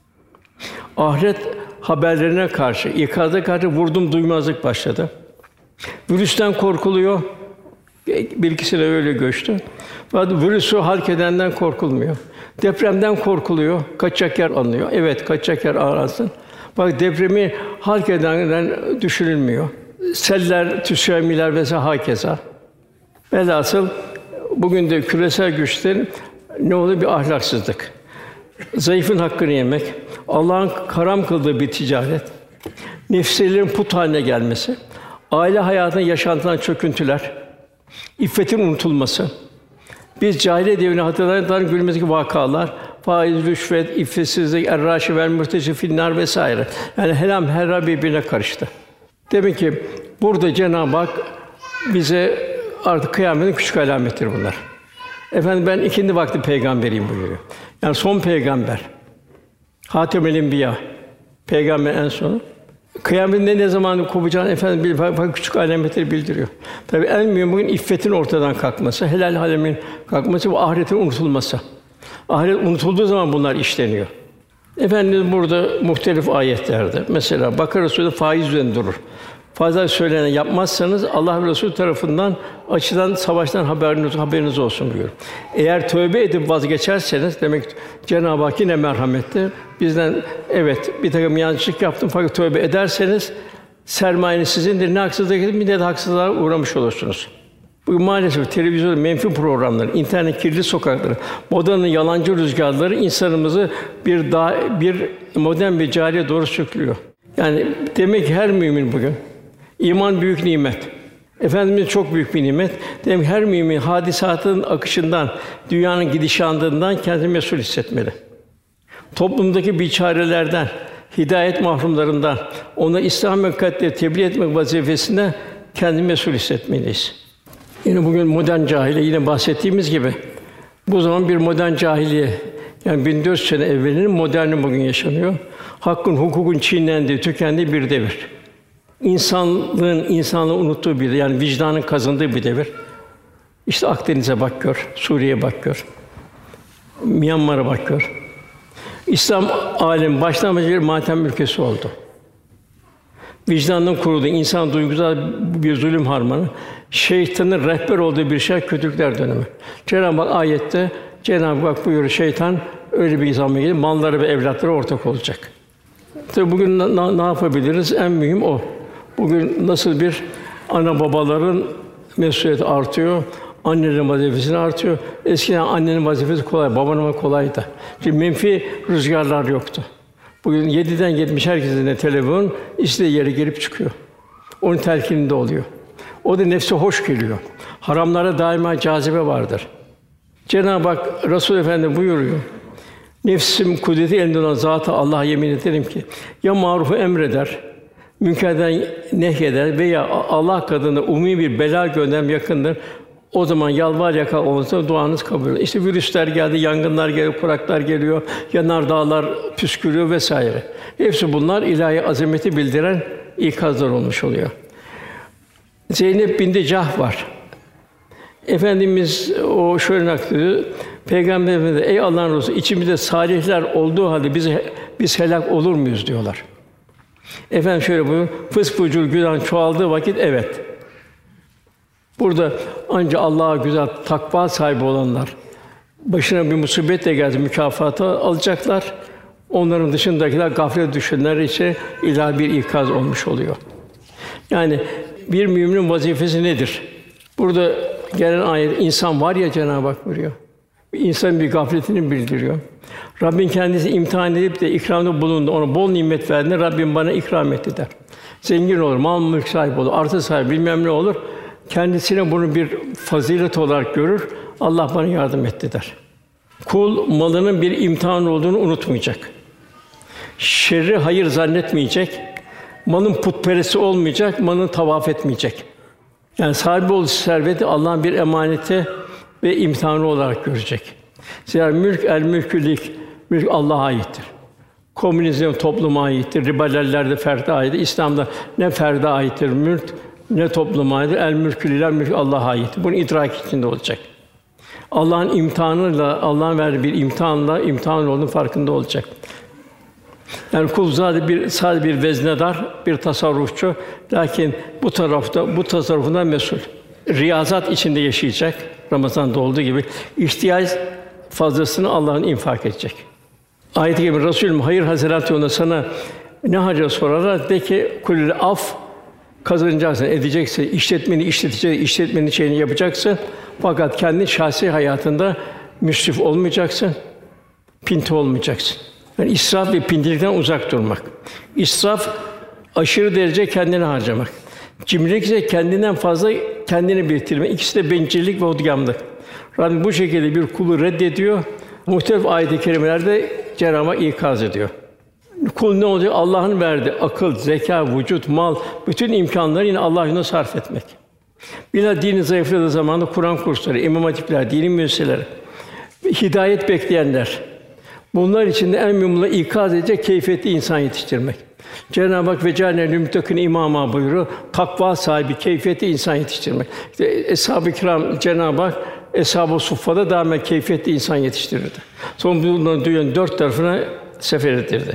Ahiret haberlerine karşı, ikaza karşı vurdum duymazlık başladı. Virüsten korkuluyor. Bilgisi de öyle göçtü. Fakat virüsü halk edenden korkulmuyor. Depremden korkuluyor, kaçacak yer alınıyor. Evet, kaçacak yer aransın. Bak depremi halk edenden düşünülmüyor. Seller, tsunamiler vesaire hakeza. Velhasıl bugün de küresel güçlerin ne oldu? Bir ahlaksızlık. Zayıfın hakkını yemek, Allah'ın haram kıldığı bir ticaret, nefslerin put haline gelmesi, aile hayatının yaşantılan çöküntüler, iffetin unutulması, biz cahiliye devrini hatırlayan günümüzdeki vakalar, faiz, rüşvet, iffetsizlik, er-râşi vel mürteci finnâr vesaire. Yani her birbirine karıştı. Demek ki burada Cenab-ı Hak bize artık kıyametin küçük alametleri bunlar. Efendim ben ikindi vakti peygamberiyim buyuruyor. Yani son peygamber. Hâtemül Enbiya. Peygamber en sonu. Kıyametin ne zaman kopacağını efendim bir küçük alametleri bildiriyor. Tabii en mühim bugün iffetin ortadan kalkması, helal alemin kalkması ve ahiretin unutulması. Ahiret unutulduğu zaman bunlar işleniyor. Efendimiz burada muhtelif ayetlerde mesela Bakara Suresi faiz üzerinde durur. Fazla söylenen yapmazsanız Allah ve Resulü tarafından açılan savaştan haberiniz olsun buyuruyor. Eğer tövbe edip vazgeçerseniz demek Cenab-ı Hak yine merhametli. Bizden evet bir takım yanlışlık yaptım fakat tövbe ederseniz sermayeniz sizindir. Ne haksızlık edin, ne de haksızlığa uğramış olursunuz. Bugün maalesef televizyon menfi programları, internet kirli sokakları, modanın yalancı rüzgarları insanımızı bir modern bir cahiliye doğru sürüklüyor. Yani demek ki her mümin bugün iman büyük nimet. Efendimiz çok büyük bir nimet. Demek ki her mümin hadisatın akışından, dünyanın gidişatından kendini mesul hissetmeli. Toplumdaki biçarelerden, hidayet mahrumlarından, ona İslam hakikatleri tebliğ etmek vazifesinden kendini mesul hissetmeliyiz. Yine bugün modern cahiliye, yine bahsettiğimiz gibi bu zaman bir modern cahiliye, yani 1400 sene evvelinin moderni bugün yaşanıyor. Hakkın, hukukun çiğnendiği, tükendiği bir devir. İnsanlığı unuttuğu bir, yani vicdanın kazındığı bir devir. İşte Akdeniz'e bak gör, Suriye'ye bak gör, Myanmar'a bak gör. İslam alemi baştan bir matem ülkesi oldu. Vicdanın kurulduğu, insan duygusal bir zulüm harmanı, şeytanın rehber olduğu bir şey kötülükler dönemi. Cenab-ı Hak ayette Cenab-ı Hak buyuruyor, şeytan öyle bir zamana gelir, malları ve evlatları ortak olacak. Tabii bugün ne yapabiliriz? En mühim o. Bugün nasıl bir ana babaların mesuliyeti artıyor, annelerin vazifesi artıyor. Eskiden annenin vazifesi kolay, babanın kolaydı. Çünkü menfi rüzgarlar yoktu. Bugün 7'den 70 herkesin de telefon istediği yere girip çıkıyor. Onun telkininde oluyor. O da nefse hoş geliyor. Haramlara daima cazibe vardır. Cenab-ı Hak Resul Efendi buyuruyor. Nefsim kudreti elinde olan Zat-ı Allah'a yemin ederim ki ya marufu emreder, münkerden nehyeder veya Allah katında umumi bir bela göndermem yakındır. O zaman yalvar yakar olursa duanız kabul olur. İşte virüsler geldi, yangınlar geliyor, kuraklar geliyor, yanardağlar püskürüyor vesaire. Hepsi bunlar ilahi azameti bildiren ikazlar olmuş oluyor. Zeynep binti Cahş var. Efendimiz o şöyle naklediyor. Peygamber Efendimiz ey Allah'ın Resulü içimizde salihler olduğu halde biz helak olur muyuz diyorlar. Efendim şöyle buyuruyor. Fısk fucur günah çoğaldığı vakit evet. Burada ancak Allah'a güzel takva sahibi olanlar başına bir musibet de gelse mükafatı alacaklar. Onların dışındakiler gaflet düşenler için ilahi bir ikaz olmuş oluyor. Yani bir müminin vazifesi nedir? Burada gelen ayet insan var ya Cenab-ı Hak buyuruyor. İnsanın bir gafletini bildiriyor. Rabbin kendisi imtihan edip de ikramda bulundu. Ona bol nimet verdiğinde Rabbim bana ikram etti der. Zengin olur, mal mülk sahibi olur, artı sahibi bilmem ne olur. Kendisine bunu bir fazilet olarak görür. Allah bana yardım etti der. Kul malının bir imtihan olduğunu unutmayacak. Şerri hayır zannetmeyecek. Malın putperesti olmayacak, malını tavaf etmeyecek. Yani sahibi olduğu serveti Allah'ın bir emaneti ve imtihanı olarak görecek. Zira mülk el-mülkülük, mülk Allah'a aittir. Komünizm topluma aittir, ribalellerde ferde aittir. İslam'da ne ferde aittir mülk, ne topluma aittir. El-mülkülillah, mülk Allah'a aittir. Bunun idrak içinde olacak. Allah'ın imtihanıyla, Allah'ın verdiği bir imtihan olduğunun farkında olacak. Yani kul sadece bir veznedar, bir tasarrufçu. Lakin bu tasarrufundan mesul. Riyazat içinde yaşayacak. Ramazan'da olduğu gibi ihtiyaç fazlasını Allah'ın infak edecek. Ayet-i kerime Resulüm hayır hasenat yolunda sana ne harca sorarlar de ki kulül af kazanacaksın, edeceksin, işletmenin şeyini yapacaksın. Fakat kendi şahsi hayatında müsrif olmayacaksın, pinti olmayacaksın. Yani israf ve pintilikten uzak durmak. İsraf aşırı derece kendini harcamak. Cimrilik ise kendinden fazla kendini biriktirme. İkisi de bencillik ve hodgamlık. Rabbim bu şekilde bir kulu reddediyor. Muhtelif ayet-i kerimelerde Cenab-ı Hak ikaz ediyor. Kul ne olacak? Allah'ın verdiği akıl, zeka, vücut, mal, bütün imkânları yine Allah yolunda sarf etmek. Bilhâsıl dinin zayıfladığı zamanda Kur'an kursları, imam hatipler, dini müesseseler, hidayet bekleyenler, bunlar için de en mühim ikaz edecek keyfiyetli insan yetiştirmek. Cenab-ı Hak ve cealnâ lil imâmâ buyuruyor. Takva sahibi, keyfiyetli insan yetiştirmek. İşte Eshab-ı Kiram Cenab-ı Hak Eshab-ı Suffa'da daima keyfiyetli insan yetiştirirdi. Sonra bunları dünyanın dört tarafına sefer ettirdi.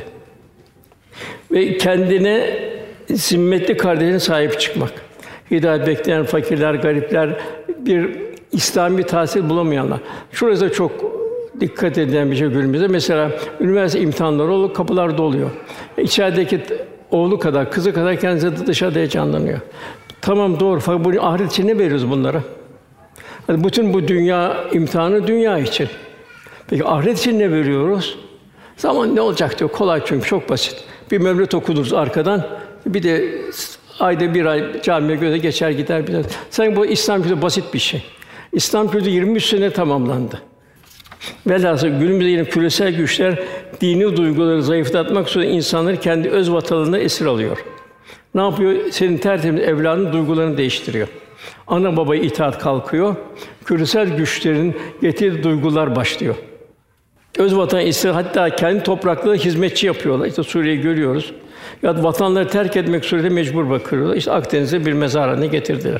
Ve kendine zimmetli kardeşine sahip çıkmak. Hidayet bekleyen fakirler, garipler, bir İslami tahsil bulamayanlar. Şurada çok dikkat edilen bir şey günümüzde. Mesela üniversite imtihanları oluyor, kapılar doluyor. İçerideki oğlu kadar, kızı kadar kendisi de dışarıda heyecanlanıyor. Tamam doğru, fakat bu ahiret için ne veriyoruz bunlara? Yani bütün bu dünya imtihanı dünya için. Peki ahiret için ne veriyoruz? Zaman ne olacak diyor. Kolay çünkü çok basit. Bir mevlüt okuduruz arkadan. Bir de ayda bir ay camiye göre geçer gider biraz. Sanki bu İslam kültürü basit bir şey. İslam kültürü 23 sene tamamlandı. Velhâsıl günümüzde yine küresel güçler dini duyguları zayıflatmak üzere insanları kendi öz vatanlarına esir alıyor. Ne yapıyor? Senin tertemiz evladının duygularını değiştiriyor. Ana babaya itaat kalkıyor. Küresel güçlerin getirdiği duygular başlıyor. Öz vatan esir, hatta kendi topraklarına hizmetçi yapıyorlar. İşte Suriye'yi görüyoruz. Ya vatanları terk etmek suretiyle mecbur bırakıyorlar. İşte Akdeniz'e bir mezar haline getirdiler.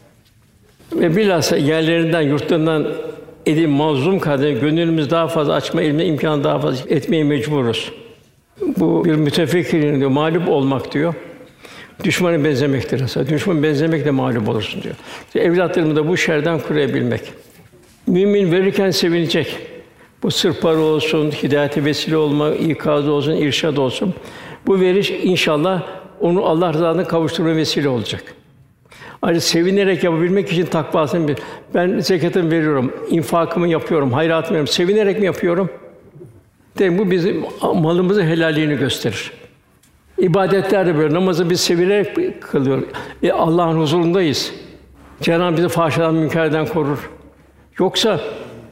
Ve bilhassa yerlerinden, yurtlarından edip mazlum kardeşler gönlümüz daha fazla açma ilme imkanı daha fazla etmeye mecburuz. Bu bir mütefekkirin diyor, mağlup olmak diyor. Düşmana benzemektir aslında. Düşman benzemekle mağlup olursun diyor. İşte evlatlarımızı da bu şerden koruyabilmek. Mümin verirken sevinecek. Bu sırf para olsun, hidayete vesile olma, ikaz olsun, irşad olsun. Bu veriş inşallah onu Allah rızasına kavuşturma vesile olacak. Ayrıca sevinerek yapabilmek için takvasını bil. Ben zekatımı veriyorum, infakımı yapıyorum, hayratımı yapıyorum. Sevinerek mi yapıyorum? Demek bu bizim malımızın helalliğini gösterir. İbadetler de böyle. Namazı biz sevinerek kılıyoruz. Allah'ın huzurundayız. Cenab-ı Hak bizi fahşadan, münkerden korur. Yoksa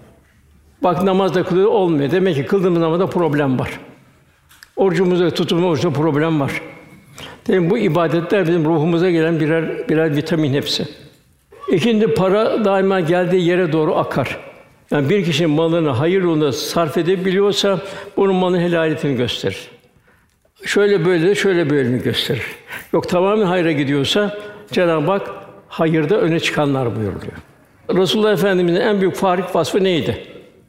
bak namaz da kılıyor olmuyor. Demek ki kıldığımız namazda problem var. Orucumuzda, tutumumuzda problem var. Demek bu ibadetler bizim ruhumuza gelen birer vitamin hepsi. İkinci, para daima geldiği yere doğru akar. Yani bir kişinin malını hayır yolunda sarf edebiliyorsa bunun malının helaliyetini gösterir. Şöyle böyle de şöyle böyleni gösterir. Yok tamamen hayra gidiyorsa Cenab-ı Hak hayırda öne çıkanlar buyuruluyor. Resulullah Efendimiz'in en büyük farik vasfı neydi?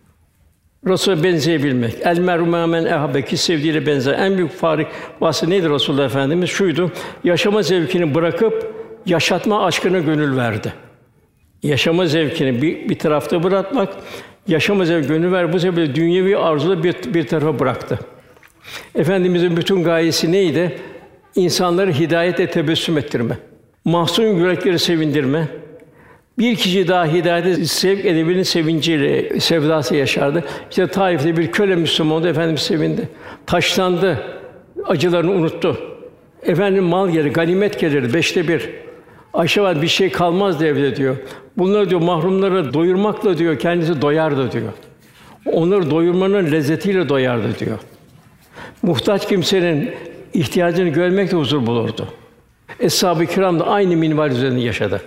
Resul'e benzeyebilmek. El meru men ehabbe, ki sevdiğiyle benzer. En büyük farik vasfı neydi Resulullah Efendimiz? Şuydu: yaşama zevkini bırakıp yaşatma aşkına gönül verdi. Yaşama zevkini bir tarafta bırakmak, yaşama zevkine gönül ver. Bu sebeple dünyevi arzuları bir tarafa bıraktı. Efendimizin bütün gayesi neydi? İnsanları hidayete tebessüm ettirme, mahzun yürekleri sevindirme. Bir kişi daha hidayete sevk edebilmenin sevinciyle, sevdası yaşardı. İşte Taif'te bir köle Müslüman oldu, Efendimiz sevindi. Taşlandı, acılarını unuttu. Efendim mal gelir, ganimet gelir, 1/5. Ayşe var bir şey kalmaz evde diyor. Bunları diyor mahrumları doyurmakla diyor kendisi doyardı diyor. Onları doyurmanın lezzetiyle doyardı diyor. Muhtaç kimsenin ihtiyacını görmekle huzur bulurdu. Eshab-ı Kiram da aynı minval üzerinde yaşadı.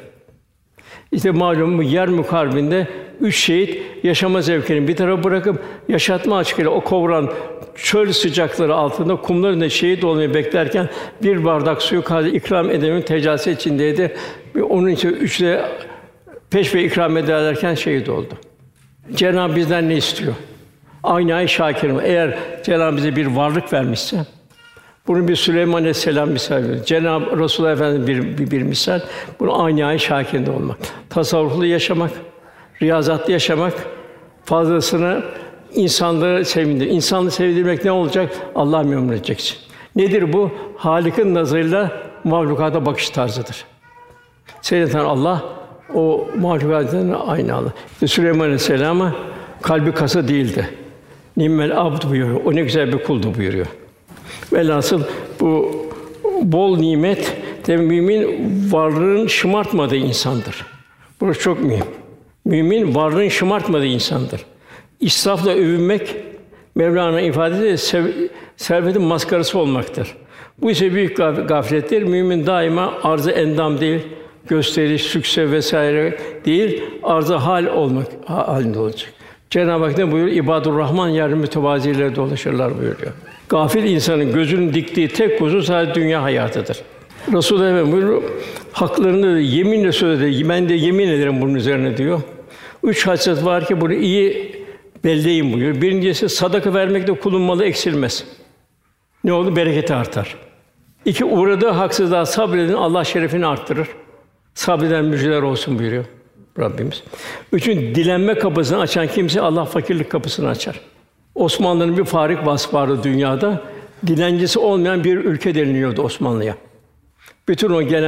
İşte malum bu Yermük Harbi'nde 3 şehit yaşama zevkini bir tarafa bırakıp yaşatma aşkıyla o kovuran çöl sıcakları altında kumların önünde şehit olmayı beklerken bir bardak suyu ikram edememin tecellisi içindeydi. Onun için 3 de peşpe ikram ederlerken şehit oldu. Cenab-ı bizden ne istiyor? Aynâ-i şâkirim. Eğer Cenab-ı bize bir varlık vermişse, bunun bir Süleyman Aleyhisselam misal veriyor. Cenab-ı Resulullah Efendimiz bir misal. Bunu aynâ-i şâkirinde olmak. Tasavvuflu yaşamak, riyazatlı yaşamak, Fazlasını insanları sevindir. İnsanları sevdirmek ne olacak? Allah'ı memnun edeceksin. Nedir bu? Halik'in nazarıyla mahlukata bakış tarzıdır. Seyreden Allah, o mahlukatın aynı Allah. İşte Süleyman Aleyhisselam'a kalbi kasa değildi. Nimmel abd buyuruyor. O ne güzel bir kuldu buyuruyor. Velhasıl bu bol nimet de mümin varlığın şımartmadığı insandır. Burası çok mühim. Mümin varlığın şımartmadığı insandır. İsrafla övünmek Mevlana ifadesi servetin maskarası olmaktır. Bu ise büyük gaflettir. Mümin daima arz-ı endam değil, gösteriş, sükse vesaire değil, arz-ı hal olmak halinde olacak. Cenab-ı Hak ne buyuruyor? İbadur-Rahman yarın mütevaziler dolaşırlar buyuruyor. Gafil insanın gözünün diktiği tek husus sadece dünya hayatıdır. Resulullah Efendimiz buyuruyor, haklarında yeminle söyledi. Ben de yemin ederim bunun üzerine diyor. 3 hasret var ki bunu iyi belleyin buyuruyor. Birincisi sadaka vermekte kulun malı eksilmez. Ne olur? Bereketi artar. 2 uğradığı haksızlığa sabredin, Allah şerefini arttırır. Sabreden müjdeler olsun buyuruyor Rabbimiz. 3. dilenme kapısını açan kimse Allah fakirlik kapısını açar. Osmanlı'nın bir farik vasfı vardı dünyada. Dilencisi olmayan bir ülke deniliyordu Osmanlı'ya. Bütün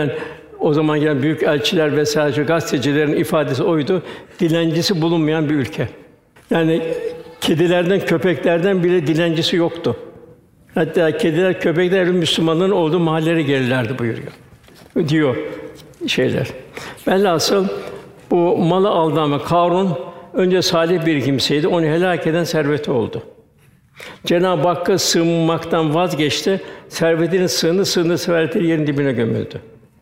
o zaman gelen büyük elçiler vesaire gazetecilerin ifadesi oydu. Dilencisi bulunmayan bir ülke. Yani kedilerden, köpeklerden bile dilencisi yoktu. Hatta kediler, köpekler Müslümanların olduğu mahallelere gelirlerdi buyuruyor. Diyor şeyler. Velhasıl bu malı aldanma Karun önce salih bir kimseydi. Onu helak eden serveti oldu. Cenab-ı Hakk'a sığınmaktan vazgeçti. Servetinin sığındığı servetleri yerin dibine gömüldü.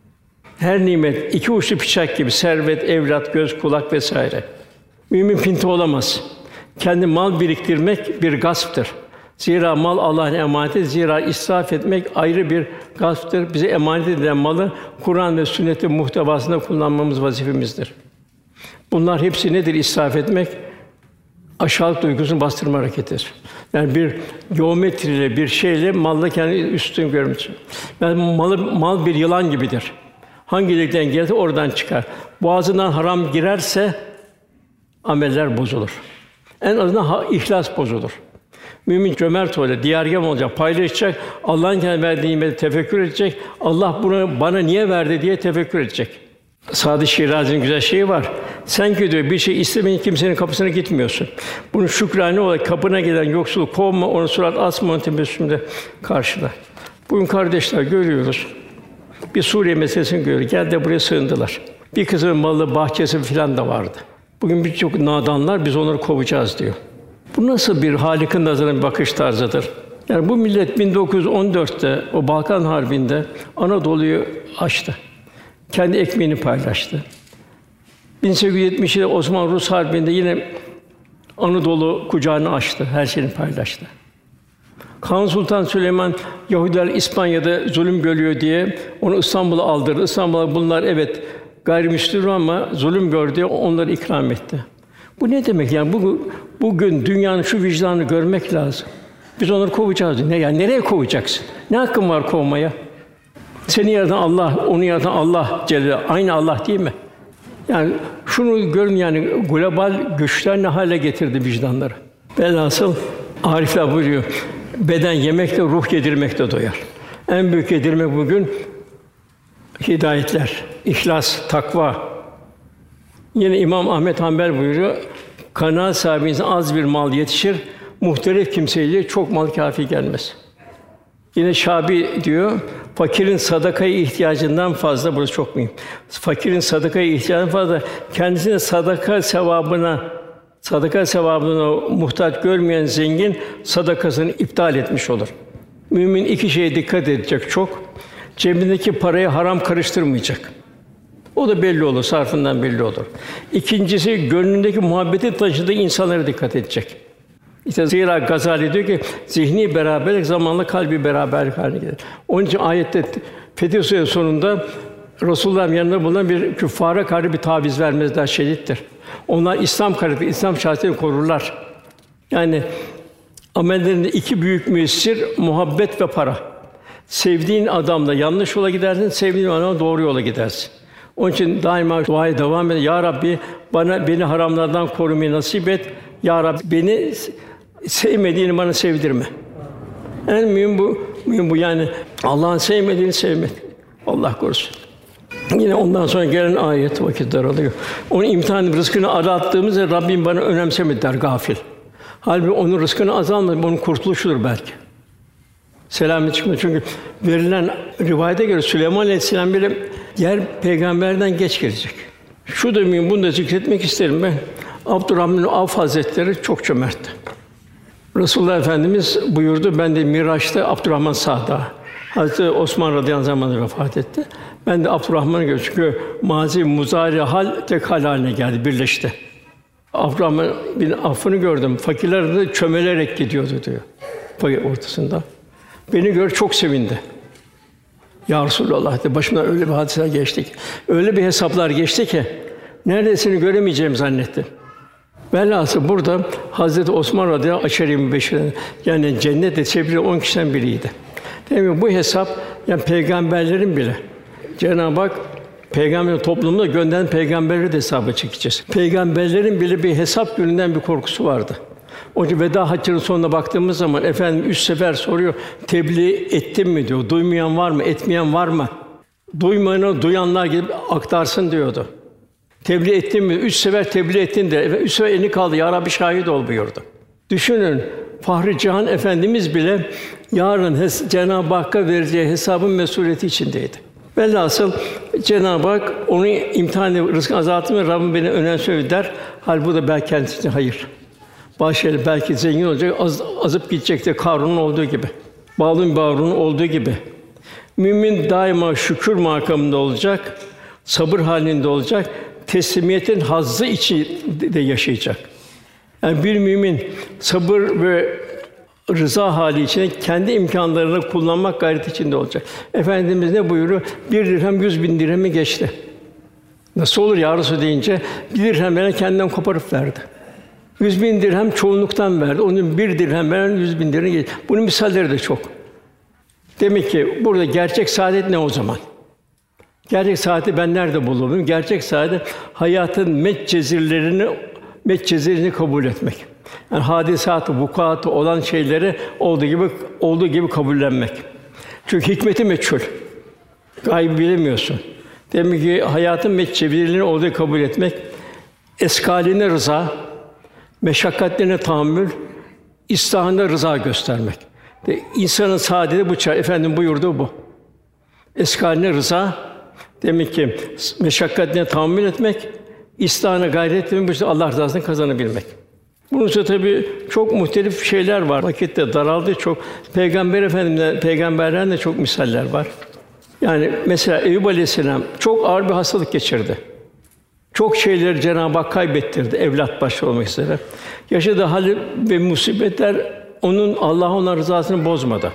Her nimet iki uçlu bıçak gibi servet, evlat, göz, kulak vesaire. Mümin pinti olamaz. Kendi mal biriktirmek bir gasptır. Zira mal Allah'ın emaneti. Zira israf etmek ayrı bir gasptır. Bize emanet edilen malı Kur'an ve sünnetin muhtevasında kullanmamız vazifemizdir. Bunlar hepsi nedir israf etmek? Aşağılık duygusunu bastırma hareketidir. Yani bir geometriyle, bir şeyle malla kendini üstün görmek. Yani mal bir yılan gibidir. Hangi delikten gelirse oradan çıkar. Boğazından haram girerse ameller bozulur. En azından ihlas bozulur. Mümin cömert olacak, diyargâm olacak, paylaşacak, Allah'ın kendine verdiği nimeti tefekkür edecek. Allah bunu bana niye verdi diye tefekkür edecek. Sâd-ı Şirazi'nin güzel şeyi var. Sen ki diyor bir şey istemeyin kimsenin kapısına gitmiyorsun. Bunu şükrâne olarak kapına gelen yoksulu kovma, onu surat asma, onu tebessümle karşıla. Bugün kardeşler görüyoruz. Bir Suriye meselesini görüyoruz. Geldi buraya sığındılar. Bir kısmın malı, bahçesi filan da vardı. Bugün birçok nadanlar biz onları kovacağız diyor. Bu nasıl bir Halik'in nazarına bir bakış tarzıdır? Yani bu millet 1914'te o Balkan Harbi'nde Anadolu'yu açtı. Kendi ekmeğini paylaştı. 1870'de Osmanlı-Rus Harbi'nde yine Anadolu kucağını açtı, her şeyini paylaştı. Kanuni Sultan Süleyman Yahudiler İspanya'da zulüm görüyor diye onu İstanbul'a aldırdı. İstanbul'a bunlar evet gayrimüslim ama zulüm gördü, onları ikram etti. Bu ne demek yani? Bugün dünyanın şu vicdanını görmek lazım. Biz onları kovacağız. Ne yani nereye kovacaksın? Ne hakkın var kovmaya? Seni yaratan Allah, onu yaratan Allah Celle, aynı Allah değil mi? Yani şunu görün yani global güçler ne hale getirdi vicdanları. Velhasıl arifler buyuruyor. Beden yemekle, ruh yedirmekle doyar. En büyük yedirmek bugün hidayetler, ihlas, takva. Yine İmam Ahmed Hanbel buyuruyor. Kanaat sahibi az bir mal yetişir, muhtelif kimseye çok mal kâfi gelmez. Yine Şabi diyor, fakirin sadakaya ihtiyacından fazla, burası çok mühim. Fakirin sadakaya ihtiyacından fazla, kendisine sadaka sevabına muhtaç görmeyen zengin sadakasını iptal etmiş olur. Mümin iki şeye dikkat edecek çok. Cebindeki parayı haram karıştırmayacak. O da belli olur, sarfından belli olur. İkincisi, gönlündeki muhabbeti taşıdığı insanlara dikkat edecek. İşte zira Gazali diyor ki, zihni beraberlik zamanla kalbi beraberlik haline gelir. Onun için ayette Fetih Suresi sonunda Resulullah'ın yanında bulunan bir küffâra karşı bir taviz vermezler, şedittir. Onlar İslam kararı, İslam şahsiyetini korurlar. Yani amellerinde iki büyük müessir muhabbet ve para. Sevdiğin adamla yanlış yola gidersin, sevdiğin adamla doğru yola gidersin. Onun için daima duaya devam et. Ya Rabbi beni haramlardan korumayı nasip et. Ya Rabbi beni sevmediğini bana sevdirme. En mühim bu yani Allah'ın sevmediğini sevmek. Allah korusun. Yine ondan sonra gelen ayet vakit daralıyor. Onun imtihanı rızkını arattığımızda Rabbim bana önemsemedi der gafil. Halbuki onun rızkını azalmadı, onun kurtuluşudur belki. Selamet çıkmıyor çünkü verilen rivayete göre Süleyman Aleyhisselam bile diğer peygamberden geç gelecek. Şu da mühim, bunu da zikretmek isterim ben. Abdurrahman bin Avf Hazretleri çok cömertti. Resulullah Efendimiz buyurdu, ben de Miraç'ta Abdurrahman Sa'da. Hazreti Osman radıyallahu anh zamanında vefat etti. Ben de Abdurrahman'ı gördüm çünkü mazi, muzari hal tek hal haline geldi, birleşti. Abdurrahman bin Avf'ını gördüm. Fakirler de çömelerek gidiyordu diyor. Fakir ortasında. Beni gör çok sevindi. Ya Resulallah dedi, başımdan öyle bir hadiseler geçti ki, öyle bir hesaplar geçti ki neredesini göremeyeceğimi zannettim. Velhâsıl burada Hazreti Osman radıyallahu anh aşere-i mübeşşereden yani cennete çevrilen 10 kişiden biriydi. Demek ki bu hesap yani peygamberlerin bile Cenab-ı Hak peygamber toplumuna gönderen peygamberleri de hesaba çekeceğiz. Peygamberlerin bile bir hesap gününden bir korkusu vardı. Onun için veda haccının sonuna baktığımız zaman efendim 3 sefer soruyor. Tebliğ ettim mi diyor. Duymayan var mı? Etmeyen var mı? Duymayanı duyanlar gidip aktarsın diyordu. Tebliğ ettin mi? 3 sefer tebliğ ettin de 3 sefer elini kaldı. Ya Rabbi şahit ol buyurdu. Düşünün Fahri Cihan Efendimiz bile yarın Cenab-ı Hakk'a vereceği hesabın mesuliyeti içindeydi. Velhasıl Cenab-ı Hak onun imtihanı rızkını azaltmıyor. Rabbim beni önemsemiyor der. Hâl bu da belki kendisi için hayır. Bazı şeyler belki zengin olacak, azıp gidecek de Karun'un olduğu gibi. Bâlûn Bârûn'un olduğu gibi. Mümin daima şükür makamında olacak, sabır halinde olacak, teslimiyetin hazzı içinde yaşayacak. Yani bir mümin sabır ve rıza hali içinde kendi imkânlarını kullanmak gayreti içinde olacak. Efendimiz ne buyuruyor? 1 dirhem 100.000 dirhemi geçti. Nasıl olur ya Resulallah deyince 1 dirhem veren kendinden koparıp verdi. 100.000 dirhem çoğunluktan verdi. Onun 1 dirhem veren 100.000 dirhem geçti. Bunun misalleri de çok. Demek ki burada gerçek saadet ne o zaman? Gerçek saadeti ben nerede bulurum? Gerçek saadet hayatın metcezirlerini kabul etmek. Yani hadisatı, vukuatı olan şeyleri olduğu gibi kabullenmek. Çünkü hikmeti meçhul. Gaybı bilemiyorsun. Demek ki hayatın metcezirlerini olduğu gibi kabul etmek, eskaline rıza, meşakkatlerine tahammül, istihana rıza göstermek. İnsanın saadeti bu çare. Efendim buyurdu bu. Eskaline rıza, demek ki meşakkatine tahammül etmek, istihana gayret etmek, Allah rızasını kazanabilmek. Bunun için tabii çok muhtelif şeyler var. Vakit de daraldı çok. Peygamberlerden de çok misaller var. Yani mesela Eyüp Aleyhisselam çok ağır bir hastalık geçirdi. Çok şeyleri Cenab-ı Hak kaybettirdi, evlat başta olmak üzere. Yaşadığı hal ve musibetler Allah ona rızasını bozmadı.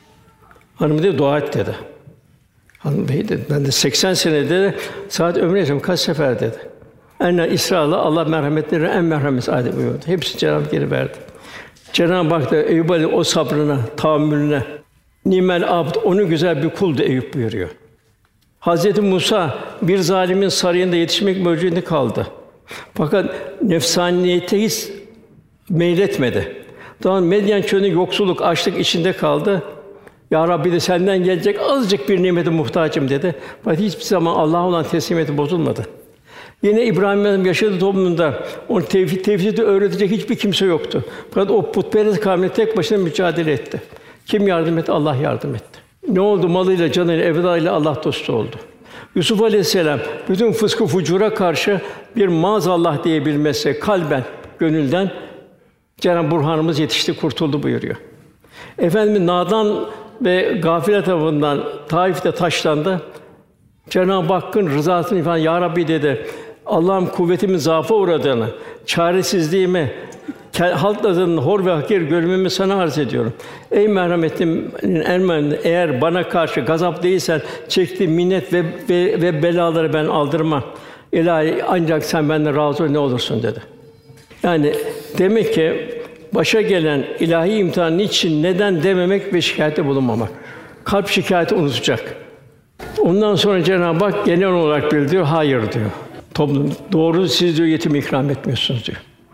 Hanım dedi, dua et dedi. Hanım bey dedi, ben de 80 senede saat ömrü yaşadım, kaç sefer dedi. İsra'la Allah merhametleri en merhamet ayeti buyurdu. Hepsi Cenab-ı Hak geri verdi. Cenab-ı Hak da Eyüp o sabrına, tahammülüne, nimel abd, onu güzel bir kuldu Eyüp buyuruyor. Hazreti Musa bir zalimin sarayında yetişmek mecburiyetinde kaldı. Fakat nefsaniyete hiç meyletmedi. Daha Medyen çölünde yoksulluk, açlık içinde kaldı. Ya Rabbi de senden gelecek azıcık bir nimete muhtacım dedi. Fakat hiçbir zaman Allah'a olan teslimiyeti bozulmadı. Yine İbrahim Efendimiz yaşadığı toplumda onu tevhidi öğretecek hiçbir kimse yoktu. Fakat o putperest kavmiyle tek başına mücadele etti. Kim yardım etti? Allah yardım etti. Ne oldu? Malıyla, canıyla, evladıyla Allah dostu oldu. Yusuf Aleyhisselam bütün fıskı fucura karşı bir maazallah diyebilmesi kalben, gönülden Cenab-ı Burhanımız yetişti, kurtuldu buyuruyor. Efendimiz nadan ve gaflet tarafından Taif'te taşlandı. Cenab-ı Hakk'ın rızasını ifade, Ya Rabbi dedi, Allah'ım kuvvetimin zaafa uğradığını, çaresizliğimi, halk nazarında hor ve hakir görünmemi sana arz ediyorum. Ey merhametin en merhametli, eğer bana karşı gazap değilsen çektiğim minnet ve belaları ben aldırmam. İlahi ancak sen benden razı ol ne olursun dedi. Yani demek ki başa gelen ilahi imtihan için neden dememek ve şikâyette bulunmamak. Kalp şikâyeti unutacak. Ondan sonra Cenab-ı Hak genel olarak bildiriyor, hayır diyor. Toplum doğru siz diyor yetim ikram etmiyorsunuz diyor.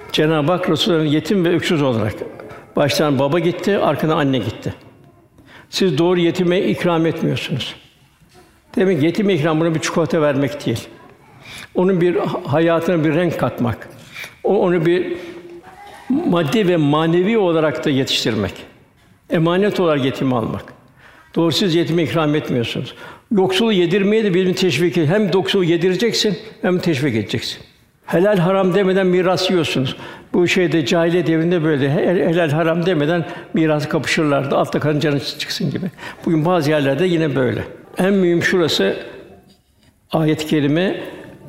Cenab-ı Hak Resulü'nün yetim ve öksüz olarak baştan baba gitti, arkadan anne gitti. Siz doğru yetime ikram etmiyorsunuz. Demek ki yetime ikram buna bir çikolata vermek değil. Onun bir hayatına bir renk katmak. Onu bir maddi ve manevi olarak da yetiştirmek. Emanet olarak yetimi almak. Doğru siz yetime ikram etmiyorsunuz. Yoksulu yedirmeye de birini teşvik et. Hem yoksulu yedireceksin hem teşvik edeceksin. Helal haram demeden miras yiyorsunuz. Bu şeyde cahiliye devrinde böyle helal haram demeden miras kapışırlardı. Altta kanın canı çıksın gibi. Bugün bazı yerlerde yine böyle. En mühim şurası ayet-i kerime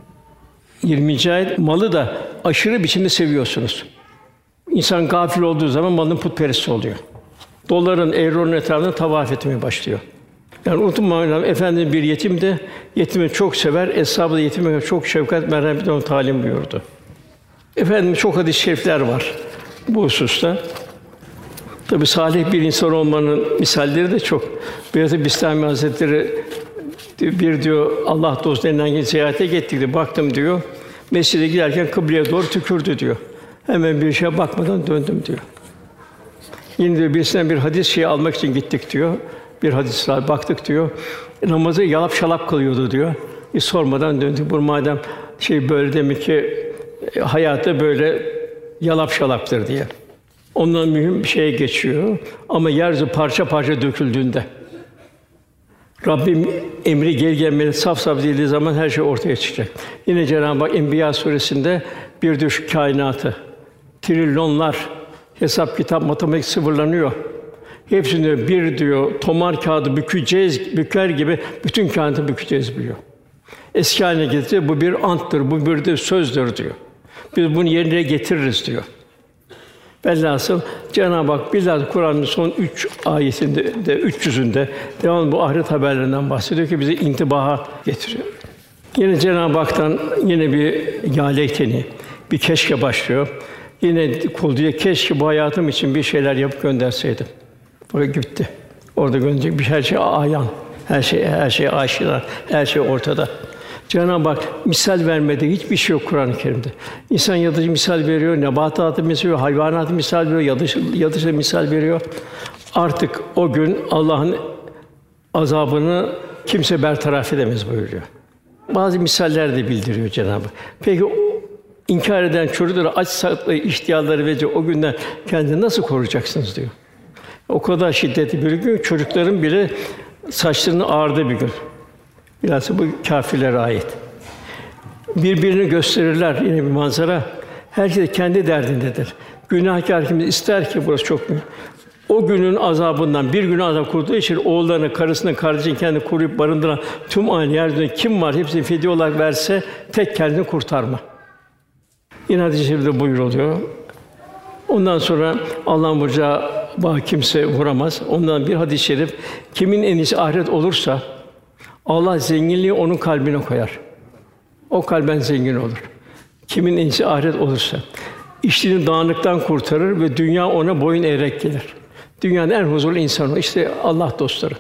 20. ayet malı da aşırı biçimde seviyorsunuz. İnsan gafil olduğu zaman malının putperest oluyor. Doların, euronun etrafında tavaf etmeye başlıyor. Yani unutmayın, Efendimiz bir yetimdi, yetimi çok sever, eshab-ı da yetime çok şefkat, merhametle onu talim buyurdu. Efendimiz çok hadis-i şerifler var bu hususta. Tabii salih bir insan olmanın misalleri de çok. Beyazıt Bistami Hazretleri bir diyor Allah dostu denilen ziyarete gittik diyor. Baktım diyor. Mescide giderken kıbleye doğru tükürdü diyor. Hemen bir şeye bakmadan döndüm diyor. Yine diyor birisinden bir hadis almak için gittik diyor. Bir hadis var, baktık diyor. Namazı yalap şalap kılıyordu diyor. Hiç sormadan döndük. Bu madem böyle demek ki hayatı böyle yalap şalaptır diye. Ondan mühim bir şeye geçiyor. Ama yeryüzü parça parça döküldüğünde Rabbim emri gel gelmeli saf saf dediği zaman her şey ortaya çıkacak. Yine Cenab-ı Hak Enbiya suresinde bir de şu kainatı trilyonlar hesap kitap matematik sıfırlanıyor. Hepsini bir diyor tomar kağıdı büker gibi bütün kainatı bükeceğiz diyor. Eski haline getirdi. Bu bir anttır, bu bir de sözdür diyor. Biz bunu yerine getiririz diyor. Velhasıl Cenab-ı Hak bilhassa Kur'an'ın son 3 ayetinde de 300'ünde devamlı bu ahiret haberlerinden bahsediyor ki bizi intibaha getiriyor. Yine Cenab-ı Hak'tan yine bir ya leyteni, bir keşke başlıyor. Yine kul diyor keşke bu hayatım için bir şeyler yapıp gönderseydim. Buraya gitti. Orada gönderecek bir her şey ayan, her şey aşikar, her şey ortada. Cenab-ı Hak misal vermede hiçbir şey yok Kur'an-ı Kerim'de. İnsan yatıcı misal veriyor, nebatatı misal veriyor, hayvanatı misal veriyor, yatıcı misal veriyor. Artık o gün Allah'ın azabını kimse bertaraf edemez buyuruyor. Bazı misaller de bildiriyor Cenab-ı Hak. Peki inkar eden çocukları aç saklı ihtiyarları verecek o günden kendini nasıl koruyacaksınız diyor. O kadar şiddetli bir gün çocukların bile saçlarının ağardığı bir gün. Bilhassa bu kâfirlere ait. Birbirini gösterirler yine bir manzara. Herkes kendi derdindedir. Günahkar kim ister ki burası çok mühim. O günün azabından bir gün azap kurduğu için oğullarını, karısını, kardeşini kendini koruyup barındıran tüm aile yeryüzünde kim var hepsini fidye olarak verse tek kendini kurtarma. Yine hadis-i şerifte buyuruluyor. Ondan sonra Allah'ın vuracağı bağ kimse vuramaz. Ondan bir hadis-i şerif kimin en iyisi ahiret olursa Allah zenginliği onun kalbine koyar. O kalben zengin olur. Kimin en iyisi ahiret olursa içtiğini dağınıktan kurtarır ve dünya ona boyun eğerek gelir. Dünyanın en huzurlu insanı işte Allah dostları.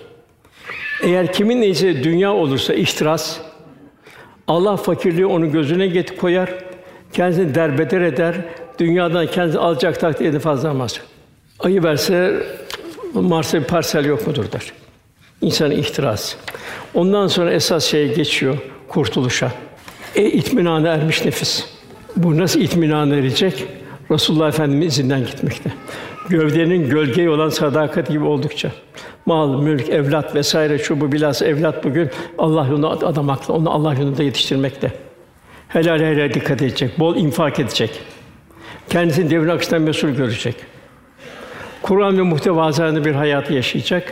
Eğer kimin en iyisi dünya olursa ihtiras, Allah fakirliği onun gözüne koyar, kendisini derbeder eder, dünyadan kendisi alacak takdirde fazla almaz. Ayı verse Mars'ta bir parsel yok mudur der. İnsanın ihtirası. Ondan sonra esas şeye geçiyor, kurtuluşa. İtminana ermiş nefis. Bu nasıl itminana erecek? Resulullah Efendimiz'in izinden gitmekte. Gövdenin gölgeyi olan sadakat gibi oldukça. Mal, mülk, evlat vesaire şu bu bilhassa evlat bugün Allah yolunda adamakla, onu Allah yolunda yetiştirmekte. Helal dikkat edecek, bol infak edecek. Kendisini devrin akışından mesul görecek. Kur'an ve muhtevazanı bir hayatı yaşayacak.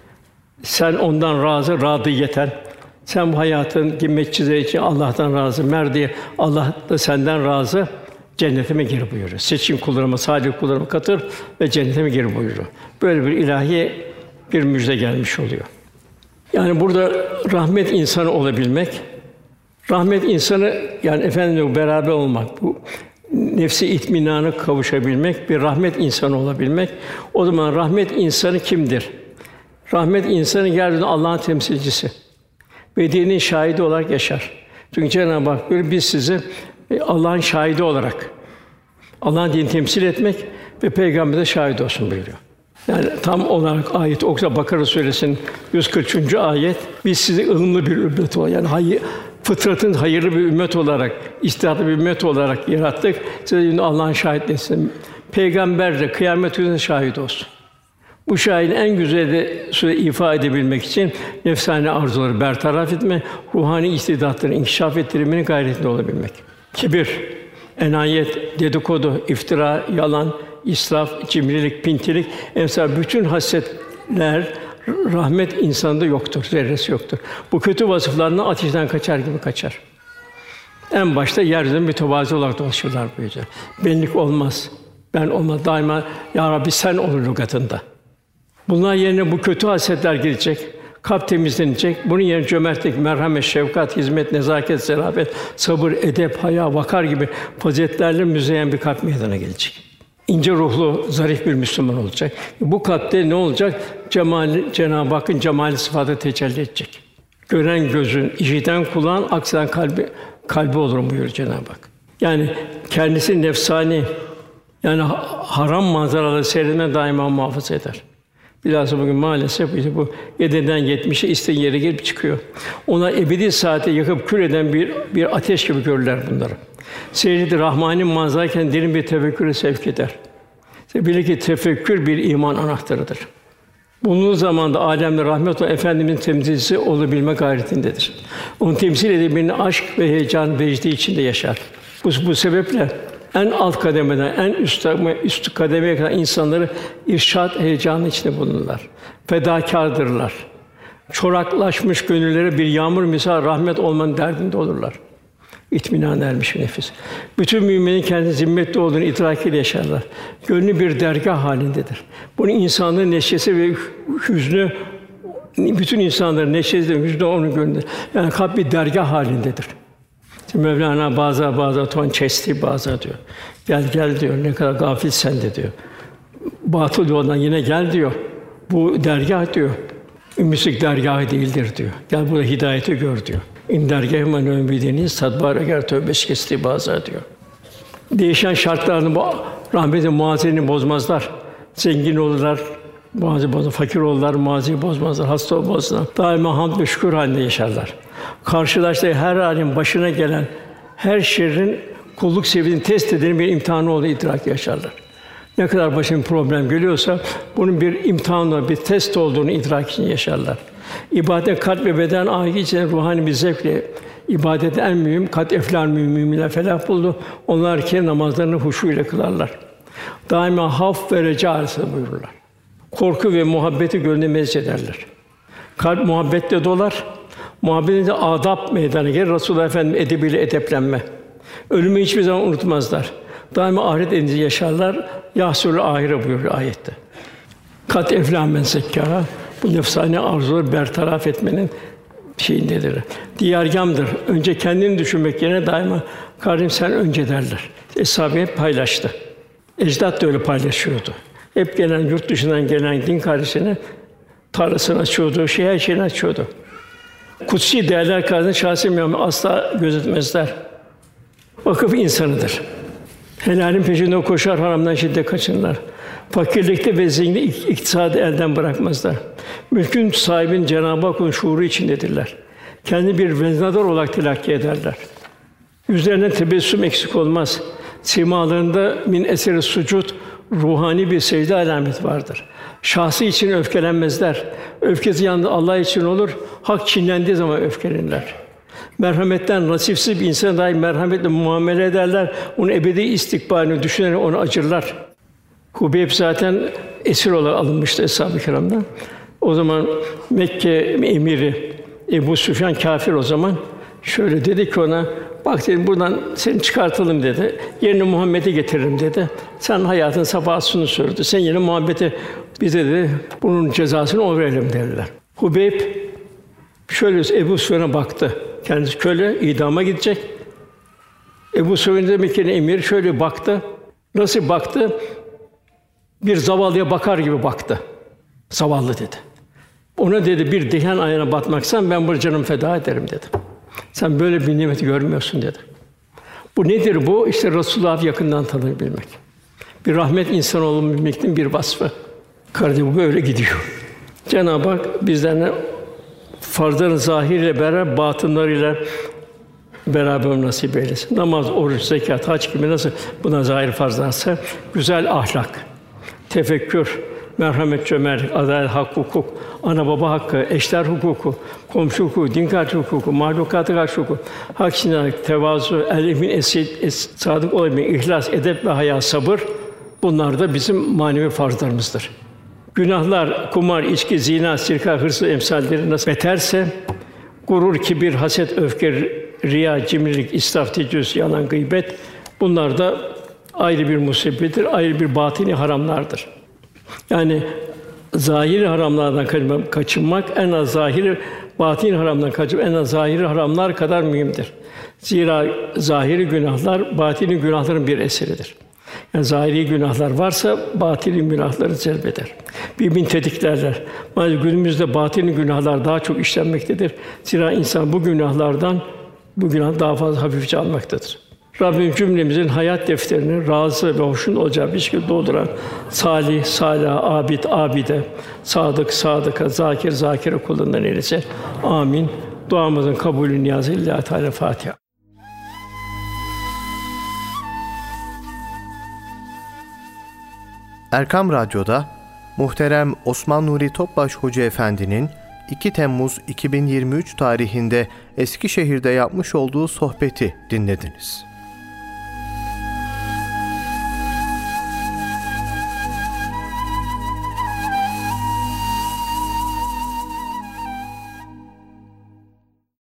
Sen ondan razı, radiyeten. Sen bu hayatın himmetçileri için Allah'tan razı, merdiye Allah da senden razı. Cennetime gir buyuruyor. Seçkin kullarıma, salih kullarıma katır ve cennetime gir buyuruyor. Böyle bir ilahi bir müjde gelmiş oluyor. Yani burada rahmet insanı olabilmek, rahmet insanı yani Efendimizle beraber olmak, bu nefsi itminana kavuşabilmek, bir rahmet insanı olabilmek. O zaman rahmet insanı kimdir? Rahmet insanı yeryüzünde Allah'ın temsilcisi ve dinin şahidi olarak yaşar. Çünkü Cenab-ı Hak buyuruyor, biz sizi Allah'ın şahidi olarak Allah'ın dinini temsil etmek ve Peygamber'e şahit olsun buyuruyor. Yani tam olarak ayet okusa Bakara Suresi'nin 143. ayet, biz sizi ılımlı bir ümmet olarak, yani fıtratın hayırlı bir ümmet olarak, istihatlı bir ümmet olarak yarattık. Size Allah'ın şahitlesin. Peygamber de kıyamet gününe şahit olsun. Bu şahidin en güzeli ifa edebilmek için nefsani arzuları bertaraf etme, ruhani istidatları inkişaf ettirmenin gayretinde olabilmek. Kibir, enayet, dedikodu, iftira, yalan, israf, cimrilik, pintilik, emsal bütün hasletler rahmet insanda yoktur, zerresi yoktur. Bu kötü vasıflarından ateşten kaçar gibi kaçar. En başta yeryüzünde mütevazı olarak dolaşırlar böylece. Benlik olmaz, ben olmaz. Daima Ya Rabbi sen olur lügatında. Bunlar yerine bu kötü hasletler gidecek, kalp temizlenecek. Bunun yerine cömertlik, merhamet, şefkat, hizmet, nezaket, zarafet, sabır, edep, haya, vakar gibi faziletlerle müzeyyen bir kalp meydana gelecek. İnce ruhlu, zarif bir Müslüman olacak. Bu kalpte ne olacak? Cenab-ı Hakk'ın cemali sıfatı tecelli edecek. Gören gözün, işiten kulağın, akseden kalbi olur buyuruyor Cenab-ı Hak. Yani kendisi nefsani, yani haram manzaraları seyretmeden daima muhafaza eder. Bilhassa bugün maalesef işte bu 7'den 70'e istediği yere gelip çıkıyor. Ona ebedi saate yakıp kül eden bir ateş gibi görürler bunları. Seyirci rahmani manzarayken derin bir tefekküre sevk eder. Bile ki tefekkür bir iman anahtarıdır. Bulunduğu zamanda âlemde rahmet olan Efendimiz'in temsilcisi olabilme gayretindedir. Onu temsil edebilmenin aşk ve heyecan vecdi içinde yaşar. Bu sebeple en alt kademeden en üst kademeye kadar insanları irşad heyecanı içinde bulunurlar. Fedakârdırlar. Çoraklaşmış gönüllere bir yağmur misal rahmet olmanın derdinde olurlar. İtminan ermiş bir nefis. Bütün müminin kendi zimmetli olduğunu idrakiyle yaşarlar. Gönlü bir dergâh halindedir. Bunun insanlığın neşesi ve hüznü, bütün insanların neşesi ve hüznü onun gönlünde. Yani kalp bir dergâh halindedir. Mevlana bazı ton çesti bazı diyor. Gel diyor. Ne kadar gafilsen de diyor. Batıl yoldan yine gel diyor. Bu dergâh diyor. Ümmüsük dergâhı değildir diyor. Gel burada hidayeti gör diyor. İndergâh-ı nömbideniz sadbâreger tövbeş kesti bazı diyor. Değişen şartlarını bu rahmetin muazeni bozmazlar. Zengin olurlar, muazzez bozmaz. Fakir olurlar, muazzeyi bozmazlar. Hasta olmazlar. Daima hamd ve şükür halinde yaşarlar. Karşılaştığı her halin başına gelen her şerrin kulluk seviyesini test eden bir imtihanı olduğu idrak yaşarlar. Ne kadar başına bir problem geliyorsa bunun bir imtihanla, bir test olduğunu idrak için yaşarlar. İbadet kalp ve beden ahi için ruhani bir zevkle ibadete en mühim kat eflâl müminler felah buldu. Onlar ki namazlarını huşu ile kılarlar. Daima havf ve reca arasında buyururlar. Korku ve muhabbeti gönlüne mezcederler. Kalp muhabbetle dolar. Muhabbetince adab meydana gelir. Resulullah Efendimiz edebiyle edeplenme. Ölümü hiçbir zaman unutmazlar. Daima ahiret endişesi yaşarlar. Yahsûl ahire buyuruyor ayette. Kat eflâ men zekkâhâ. Bu nefsani arzuları bertaraf etmenin şeyindedir. Diyargâmdır. Önce kendini düşünmek yerine daima kardeşim sen önce derler. Eshâb-ı hep paylaştı. Ecdat da öyle paylaşıyordu. Hep gelen yurt dışından gelen din kardeşine tarlasını açıyordu, her şeyini açıyordu. Kutsi değerler karşısında şahsi müamele asla gözetmezler. Vakıf insanıdır. Helalin peşinde koşar, haramdan şiddet kaçınırlar. Fakirlikte ve zenginlikte iktisadı elden bırakmazlar. Mülkün sahibinin Cenab-ı Hakk'ın şuuru içindedirler. Kendi bir veznadar olarak telakki ederler. Yüzlerinden tebessüm eksik olmaz. Simalarında min eseri sucud, ruhani bir secde alameti vardır. Şahsı için öfkelenmezler. Öfkesi yalnız Allah için olur. Hak çiğnendiği zaman öfkelenirler. Merhametten nasipsiz bir insana dahi merhametle muamele ederler. Onun ebedi istikbalini düşünerek onu acırlar. Hubeyb zaten esir olarak alınmıştı Eshâb-ı Kirâm'dan. O zaman Mekke emiri Ebu Süfyan kâfir o zaman. Şöyle dedi ki ona, bak dedi buradan seni çıkartalım dedi. Yerine Muhammed'i getiririm dedi. Sen hayatın safasını sürdü. Sen yerine Muhammed'i bize dedi bunun cezasını o verelim dediler. Hubeyb şöyle Ebu Süfyan'a baktı. Kendisi köle idama gidecek. Ebu Süfyan de Mekke'nin emiri şöyle baktı. Nasıl baktı? Bir zavallıya bakar gibi baktı. Zavallı dedi. Ona dedi bir diken ayağına batmaksan ben bu canımı feda ederim dedi. Sen böyle bir nimeti görmüyorsun dedi. Bu nedir bu? İşte Resulullah'ı yakından tanıyabilmek. Bir rahmet insan olabilmenin bir vasfı. Kardeşim bu böyle gidiyor. Cenab-ı Hak bizden farzların zahiriyle beraber batınlarıyla beraber nasip eylesin. Namaz, oruç, zekat, hac gibi nasıl buna zahir farzlarsa güzel ahlak, tefekkür, merhamet, cömertlik, adalet, hak, hukuk, ana baba hakkı, eşler hukuku, komşu hukuku, din karşı hukuku, mahlukata karşı hukuku, hak şinalık, tevazu, el-emin, sadık olabilmek, ihlas, edep ve haya, sabır bunlar da bizim manevi farzlarımızdır. Günahlar, kumar, içki, zina, sirka, hırs ve emsalleri nasıl beterse, gurur, kibir, haset, öfke, riya, cimrilik, israf, tecessüs, yalan, gıybet bunlar da ayrı bir musibettir, ayrı bir batini haramlardır. Yani zahiri haramlardan kaçınmak en az zahiri batini haramlardan kaçınmak en az zahiri haramlar kadar mühimdir. Zira zahiri günahlar batini günahların bir eseridir. Yani zahiri günahlar varsa batini günahları celbeder. Birbirini tetiklerler. Maalesef günümüzde batini günahlar daha çok işlenmektedir. Zira insan bu günahlardan bu günah daha fazla hafifçe almaktadır. Rabbim cümlemizin hayat defterini razı ve hoşnut olacağı bir şekilde dolduran salih, sâlih, abid, abide, sadık, sadıka, zâkir, zâkire kulundan eylesin. Amin. Duamızın kabulü niyazı lillahi Teala Fatiha. Erkam Radyo'da muhterem Osman Nuri Topbaş Hoca Efendi'nin 2 Temmuz 2023 tarihinde Eskişehir'de yapmış olduğu sohbeti dinlediniz.